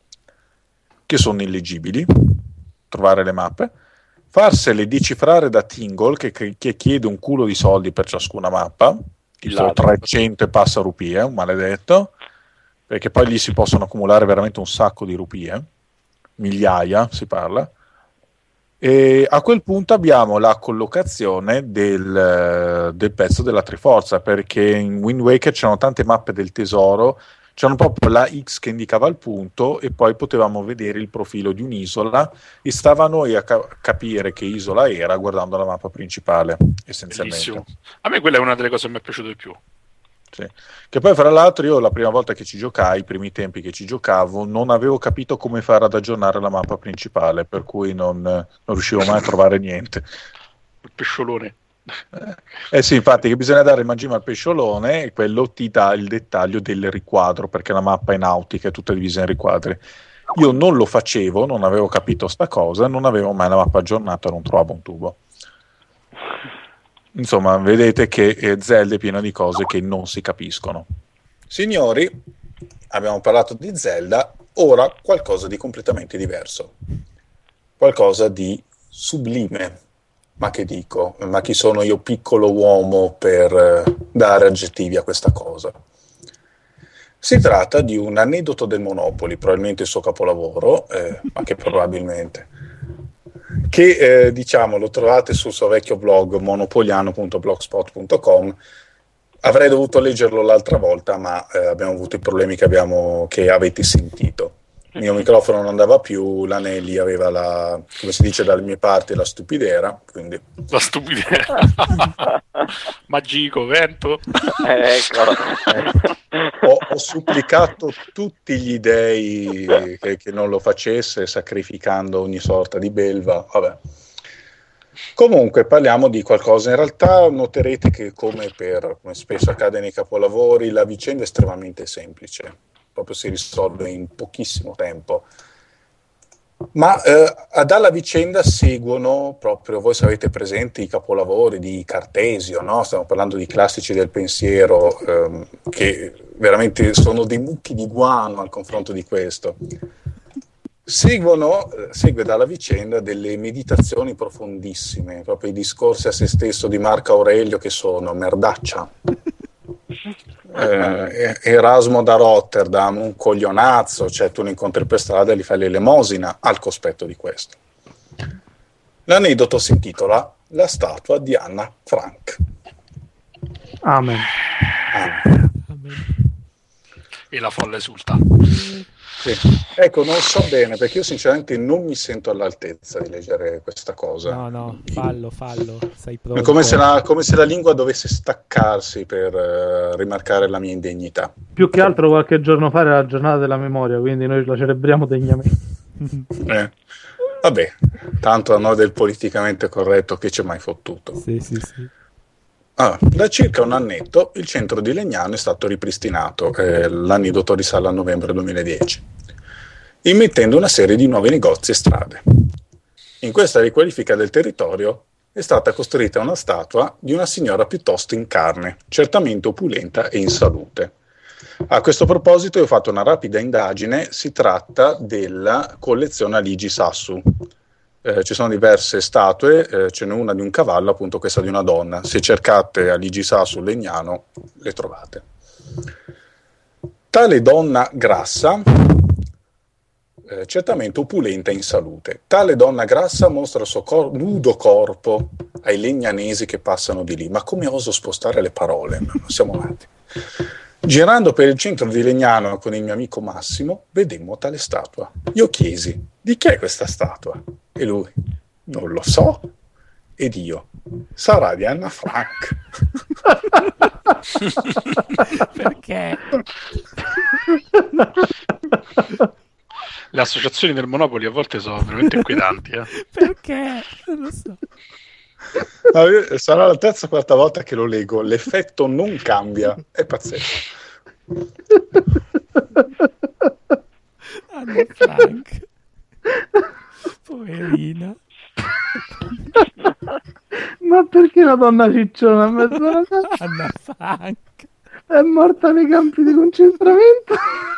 che sono illegibili, trovare le mappe, farsele decifrare da Tingle, che, che chiede un culo di soldi per ciascuna mappa, tipo trecento e passa rupie, un maledetto, perché poi lì si possono accumulare veramente un sacco di rupie, migliaia si parla, e a quel punto abbiamo la collocazione del, del pezzo della Triforza, perché in Wind Waker c'erano tante mappe del tesoro, c'era proprio la X che indicava il punto e poi potevamo vedere il profilo di un'isola e stava a noi a ca- capire che isola era guardando la mappa principale, essenzialmente. Bellissimo. A me quella è una delle cose che mi è piaciuta di più. Sì. Che poi fra l'altro io la prima volta che ci giocai, i primi tempi che ci giocavo, non avevo capito come fare ad aggiornare la mappa principale, per cui non, non riuscivo mai a trovare niente. Il pesciolone. Eh sì, infatti che bisogna dare il mangime al pesciolone e quello ti dà il dettaglio del riquadro, perché la mappa è nautica, è tutta divisa in riquadri. Io non lo facevo, non avevo capito sta cosa, non avevo mai la mappa aggiornata, non trovavo un tubo. Insomma, vedete che eh, Zelda è pieno di cose che non si capiscono. Signori, abbiamo parlato di Zelda, ora qualcosa di completamente diverso, qualcosa di sublime. Ma che dico? Ma chi sono io, piccolo uomo, per eh, dare aggettivi a questa cosa? Si tratta di un aneddoto del Monopoli, probabilmente il suo capolavoro, eh, ma che probabilmente, che eh, diciamo lo trovate sul suo vecchio blog monopoliano punto blogspot punto com. Avrei dovuto leggerlo l'altra volta, ma eh, abbiamo avuto i problemi che, abbiamo, che avete sentito. Il mio microfono non andava più, l'Anelli aveva la, come si dice dalle mie parti, la stupidera, quindi... La stupidera. Magico, vento. Eh, ecco. ho, ho supplicato tutti gli dei che, che non lo facesse, sacrificando ogni sorta di belva. Vabbè. Comunque parliamo di qualcosa, in realtà noterete che come per come spesso accade nei capolavori, la vicenda è estremamente semplice, proprio si risolve in pochissimo tempo. Ma eh, dalla vicenda seguono proprio, voi avete presente i capolavori di Cartesio, no? Stiamo parlando di classici del pensiero ehm, che veramente sono dei mucchi di guano al confronto di questo. Seguono, eh, segue dalla vicenda delle meditazioni profondissime, proprio i discorsi a se stesso di Marco Aurelio che sono merdaccia. Eh, Erasmo da Rotterdam, un coglionazzo, cioè tu lo incontri per strada e gli fai l'elemosina al cospetto di questo. L'aneddoto si intitola La statua di Anna Frank. Amen. Amen. E la folla esulta. Sì. Ecco, non so bene perché io sinceramente non mi sento all'altezza di leggere questa cosa. No, no, fallo, fallo, sei pronto. È come se la, come se la lingua dovesse staccarsi per uh, rimarcare la mia indegnità. Più che altro qualche giorno fa era la giornata della memoria, quindi noi la celebriamo degnamente. Eh. Vabbè, tanto a noi del politicamente corretto che c'è mai fottuto. Sì, sì, sì. Ah, da circa un annetto il centro di Legnano è stato ripristinato, eh, l'aneddoto risale a novembre duemiladieci, immettendo una serie di nuovi negozi e strade. In questa riqualifica del territorio è stata costruita una statua di una signora piuttosto in carne, certamente opulenta e in salute. A questo proposito ho fatto una rapida indagine, si tratta della collezione Aligi Sassu. Eh, ci sono diverse statue, eh, ce n'è una di un cavallo, appunto questa di una donna. Se cercate Aligi Sassu Legnano le trovate. Tale donna grassa, eh, certamente opulenta e in salute, tale donna grassa mostra il suo cor- nudo corpo ai legnanesi che passano di lì. Ma come oso spostare le parole? Ma non siamo avanti. Girando per il centro di Legnano con il mio amico Massimo, vedemmo tale statua. Io chiesi, di chi è questa statua? E lui, non lo so. Ed io, sarà di Anna Frank. Perché? Le associazioni del Monopoli a volte sono veramente inquietanti. Eh? Perché? Non lo so. No, io, sarà la terza o quarta volta che lo leggo, l'effetto non cambia, è pazzesco. Anna Frank, poverina. Ma perché la donna cicciona a mezzo alla casa? Anna Frank È morta nei campi di concentramento.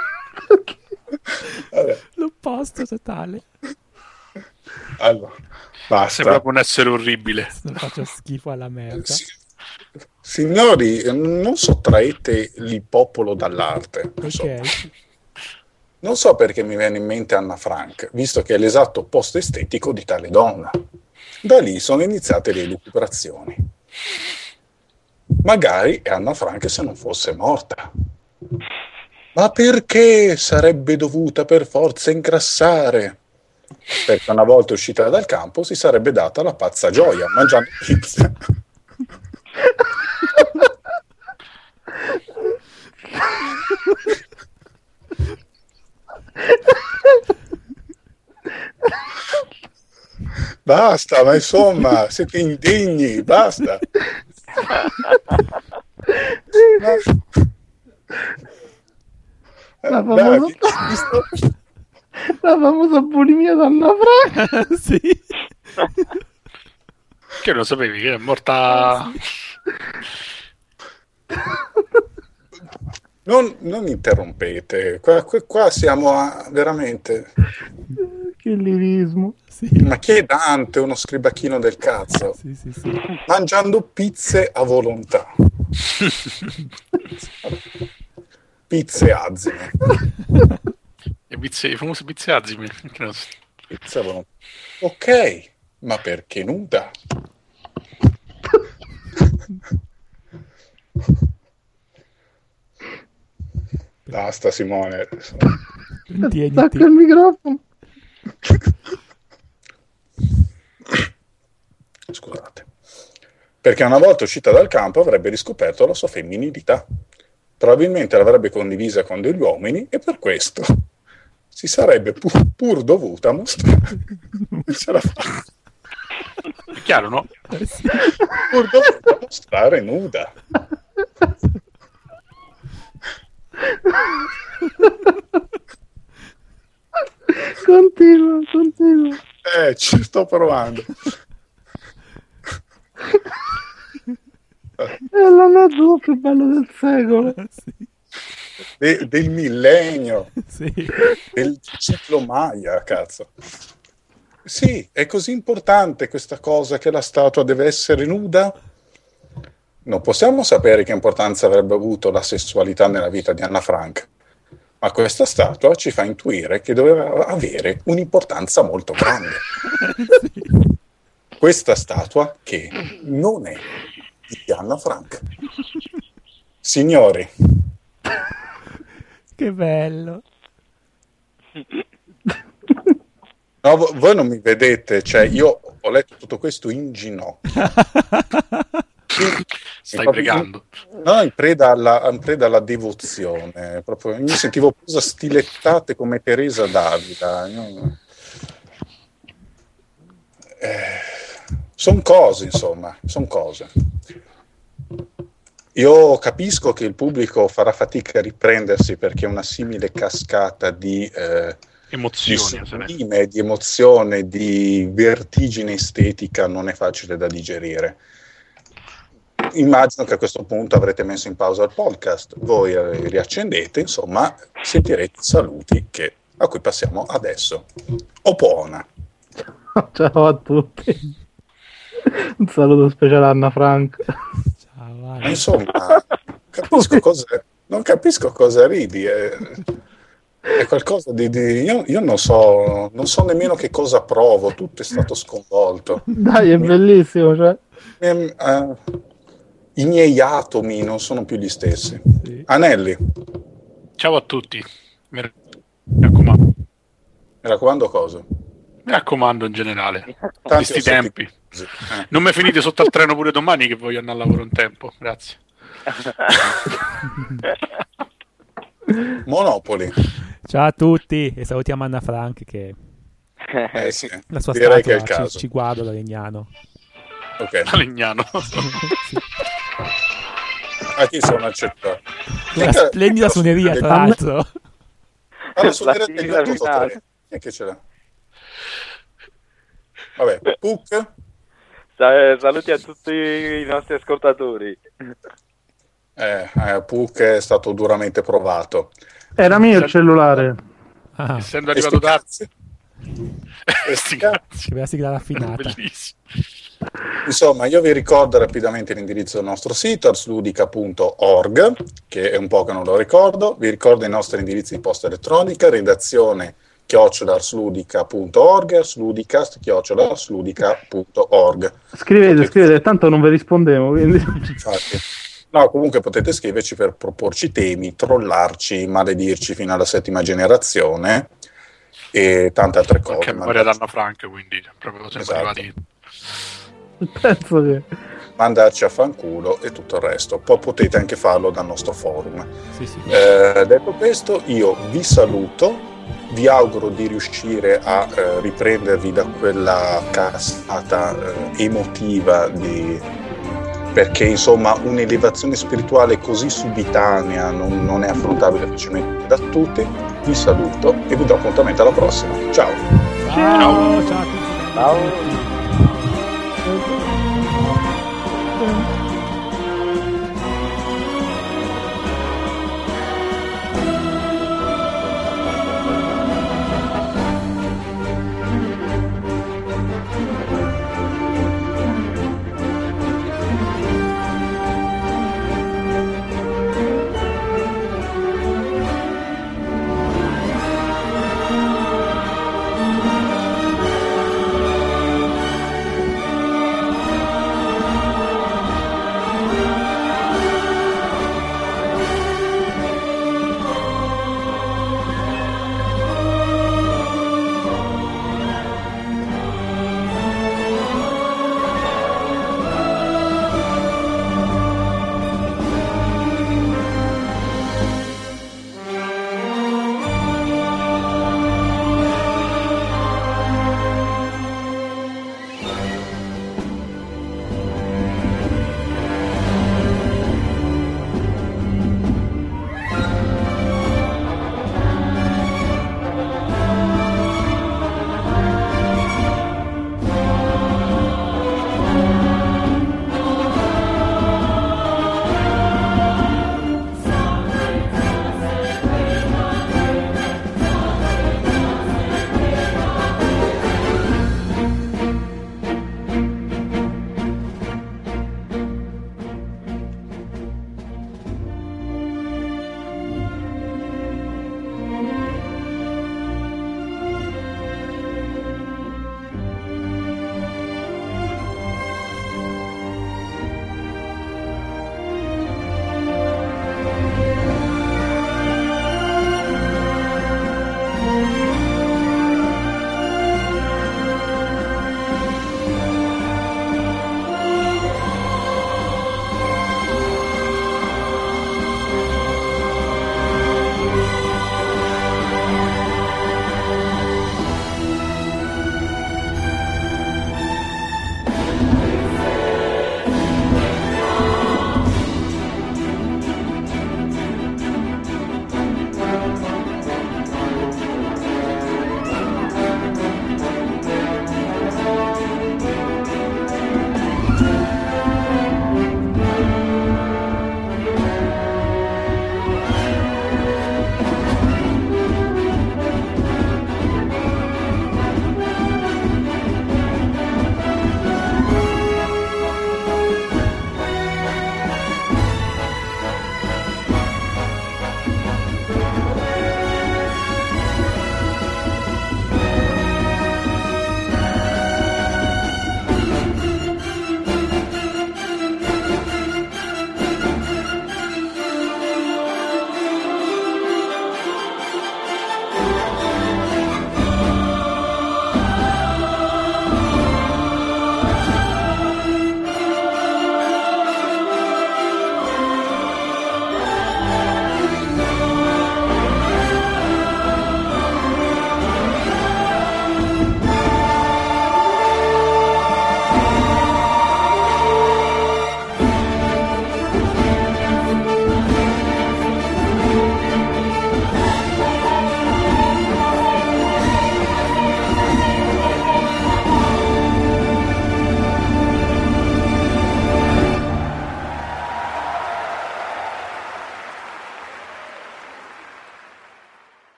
Vabbè. l'opposto totale. Allora, basta. Sei proprio un essere orribile. Non faccio schifo alla merda. Si- Signori, non sottraete il popolo dall'arte. Insomma. Ok. Non so perché mi viene in mente Anna Frank, visto che è l'esatto opposto estetico di tale donna. Da lì sono iniziate le elucubrazioni. Magari è Anna Frank se non fosse morta. Ma perché sarebbe dovuta per forza ingrassare? Perché una volta uscita dal campo si sarebbe data la pazza gioia mangiando pizza. Basta, ma insomma, siete indegni, basta. La Dai, famosa, visto? la famosa bulimia d'Anna Frank. Sì. Che lo sapevi che è morta? Non, non interrompete, qua, qua, qua siamo a, veramente... Che lirismo. Sì. Ma che è Dante, uno scribacchino del cazzo, Sì, sì, sì. mangiando pizze a volontà. Pizze azime. Le pizze, le famose pizze azime. Che non so. Pizze a volontà. Ok, ma perché nuda? Basta Simone. Tieniti. Stacca il microfono. Scusate. Perché una volta uscita dal campo avrebbe riscoperto la sua femminilità. Probabilmente l'avrebbe condivisa con degli uomini e per questo si sarebbe pur, pur dovuta mostrare. Ce la fa. È chiaro, no? Eh, sì. Pur dovuta mostrare nuda. Continua, continua. Eh, ci sto provando. È l'aneddoto più bello del secolo. Sì. De- del millennio, Sì. del ciclo Maya, cazzo. Sì, è così importante questa cosa che la statua deve essere nuda. Non possiamo sapere che importanza avrebbe avuto la sessualità nella vita di Anna Frank, ma questa statua ci fa intuire che doveva avere un'importanza molto grande. Sì. Questa statua che non è di Anna Frank. Signori, Che bello. no, vo- voi non mi vedete, cioè io ho letto tutto questo in ginocchio. Stai proprio- pregando. No, in preda alla, in preda alla devozione, proprio, mi sentivo preso a stilettate come Teresa Davida. Io- Eh, sono cose, insomma, sono cose. Io capisco che il pubblico farà fatica a riprendersi perché una simile cascata di, eh, di Emozioni. se ne- sublime, di emozione, di vertigine estetica non è facile da digerire. Immagino che a questo punto avrete messo in pausa il podcast, voi eh, riaccendete, insomma, sentirete i saluti che, a cui passiamo adesso. Opona. Ciao a tutti. Un saluto speciale a Anna Frank. Ciao, Ma Ale. insomma, capisco cosa, non capisco cosa ridi. È, è qualcosa di... di- io, io non so, non so nemmeno che cosa provo, tutto è stato sconvolto. Dai, è bellissimo, cioè. Ehm, eh, I miei atomi non sono più gli stessi. Sì. Anelli, Ciao a tutti. Mi raccomando. mi raccomando cosa? Mi raccomando in generale. Tanti Questi ossetti tempi. così, eh. Non mi finite sotto al treno pure domani che voglio andare al lavoro un tempo. Grazie. Monopoli. Ciao a tutti e salutiamo Anna Frank che Eh sì, la sua direi che è il statua caso. ci, ci guarda da Legnano. Ok, A Legnano. Sì. a chi sono accettato? Una splendida suoneria, tra l'altro. Allora, suoneria La del sigla minuto finale. tre. Chi è che ce l'ha? Vabbè, Puck? Sa- Saluti a tutti i nostri ascoltatori. Eh, eh, Puck è stato duramente provato. Era mio il cellulare. Ah, Essendo E sti arrivato tardi. cazzi? Eh, sti cazzi. che bella sigla raffinata. Bellissimo. Insomma, io vi ricordo rapidamente l'indirizzo del nostro sito, arsludica punto org, che è un po' che non lo ricordo. Vi ricordo i nostri indirizzi di posta elettronica, redazione chiocciola arsludica punto org, arsludicast chiocciola arsludica punto org. Scrivete, Potete- scrivete, tanto non vi rispondevo, quindi... Infatti. No, comunque potete scriverci per proporci temi, trollarci, maledirci fino alla settima generazione e tante altre cose. Anche memoria Mandarci, d'Anna Frank, quindi proprio siamo Esatto. arrivati. penso che... mandarci a fanculo e tutto il resto. Poi potete anche farlo dal nostro forum. Sì, sì. Eh, detto questo, io vi saluto, vi auguro di riuscire a eh, riprendervi da quella cassata eh, emotiva di... perché insomma un'elevazione spirituale così subitanea non, non è affrontabile facilmente da tutti. Vi saluto e vi do appuntamento alla prossima. Ciao! Ciao, ciao a tutti. Ciao. Ciao.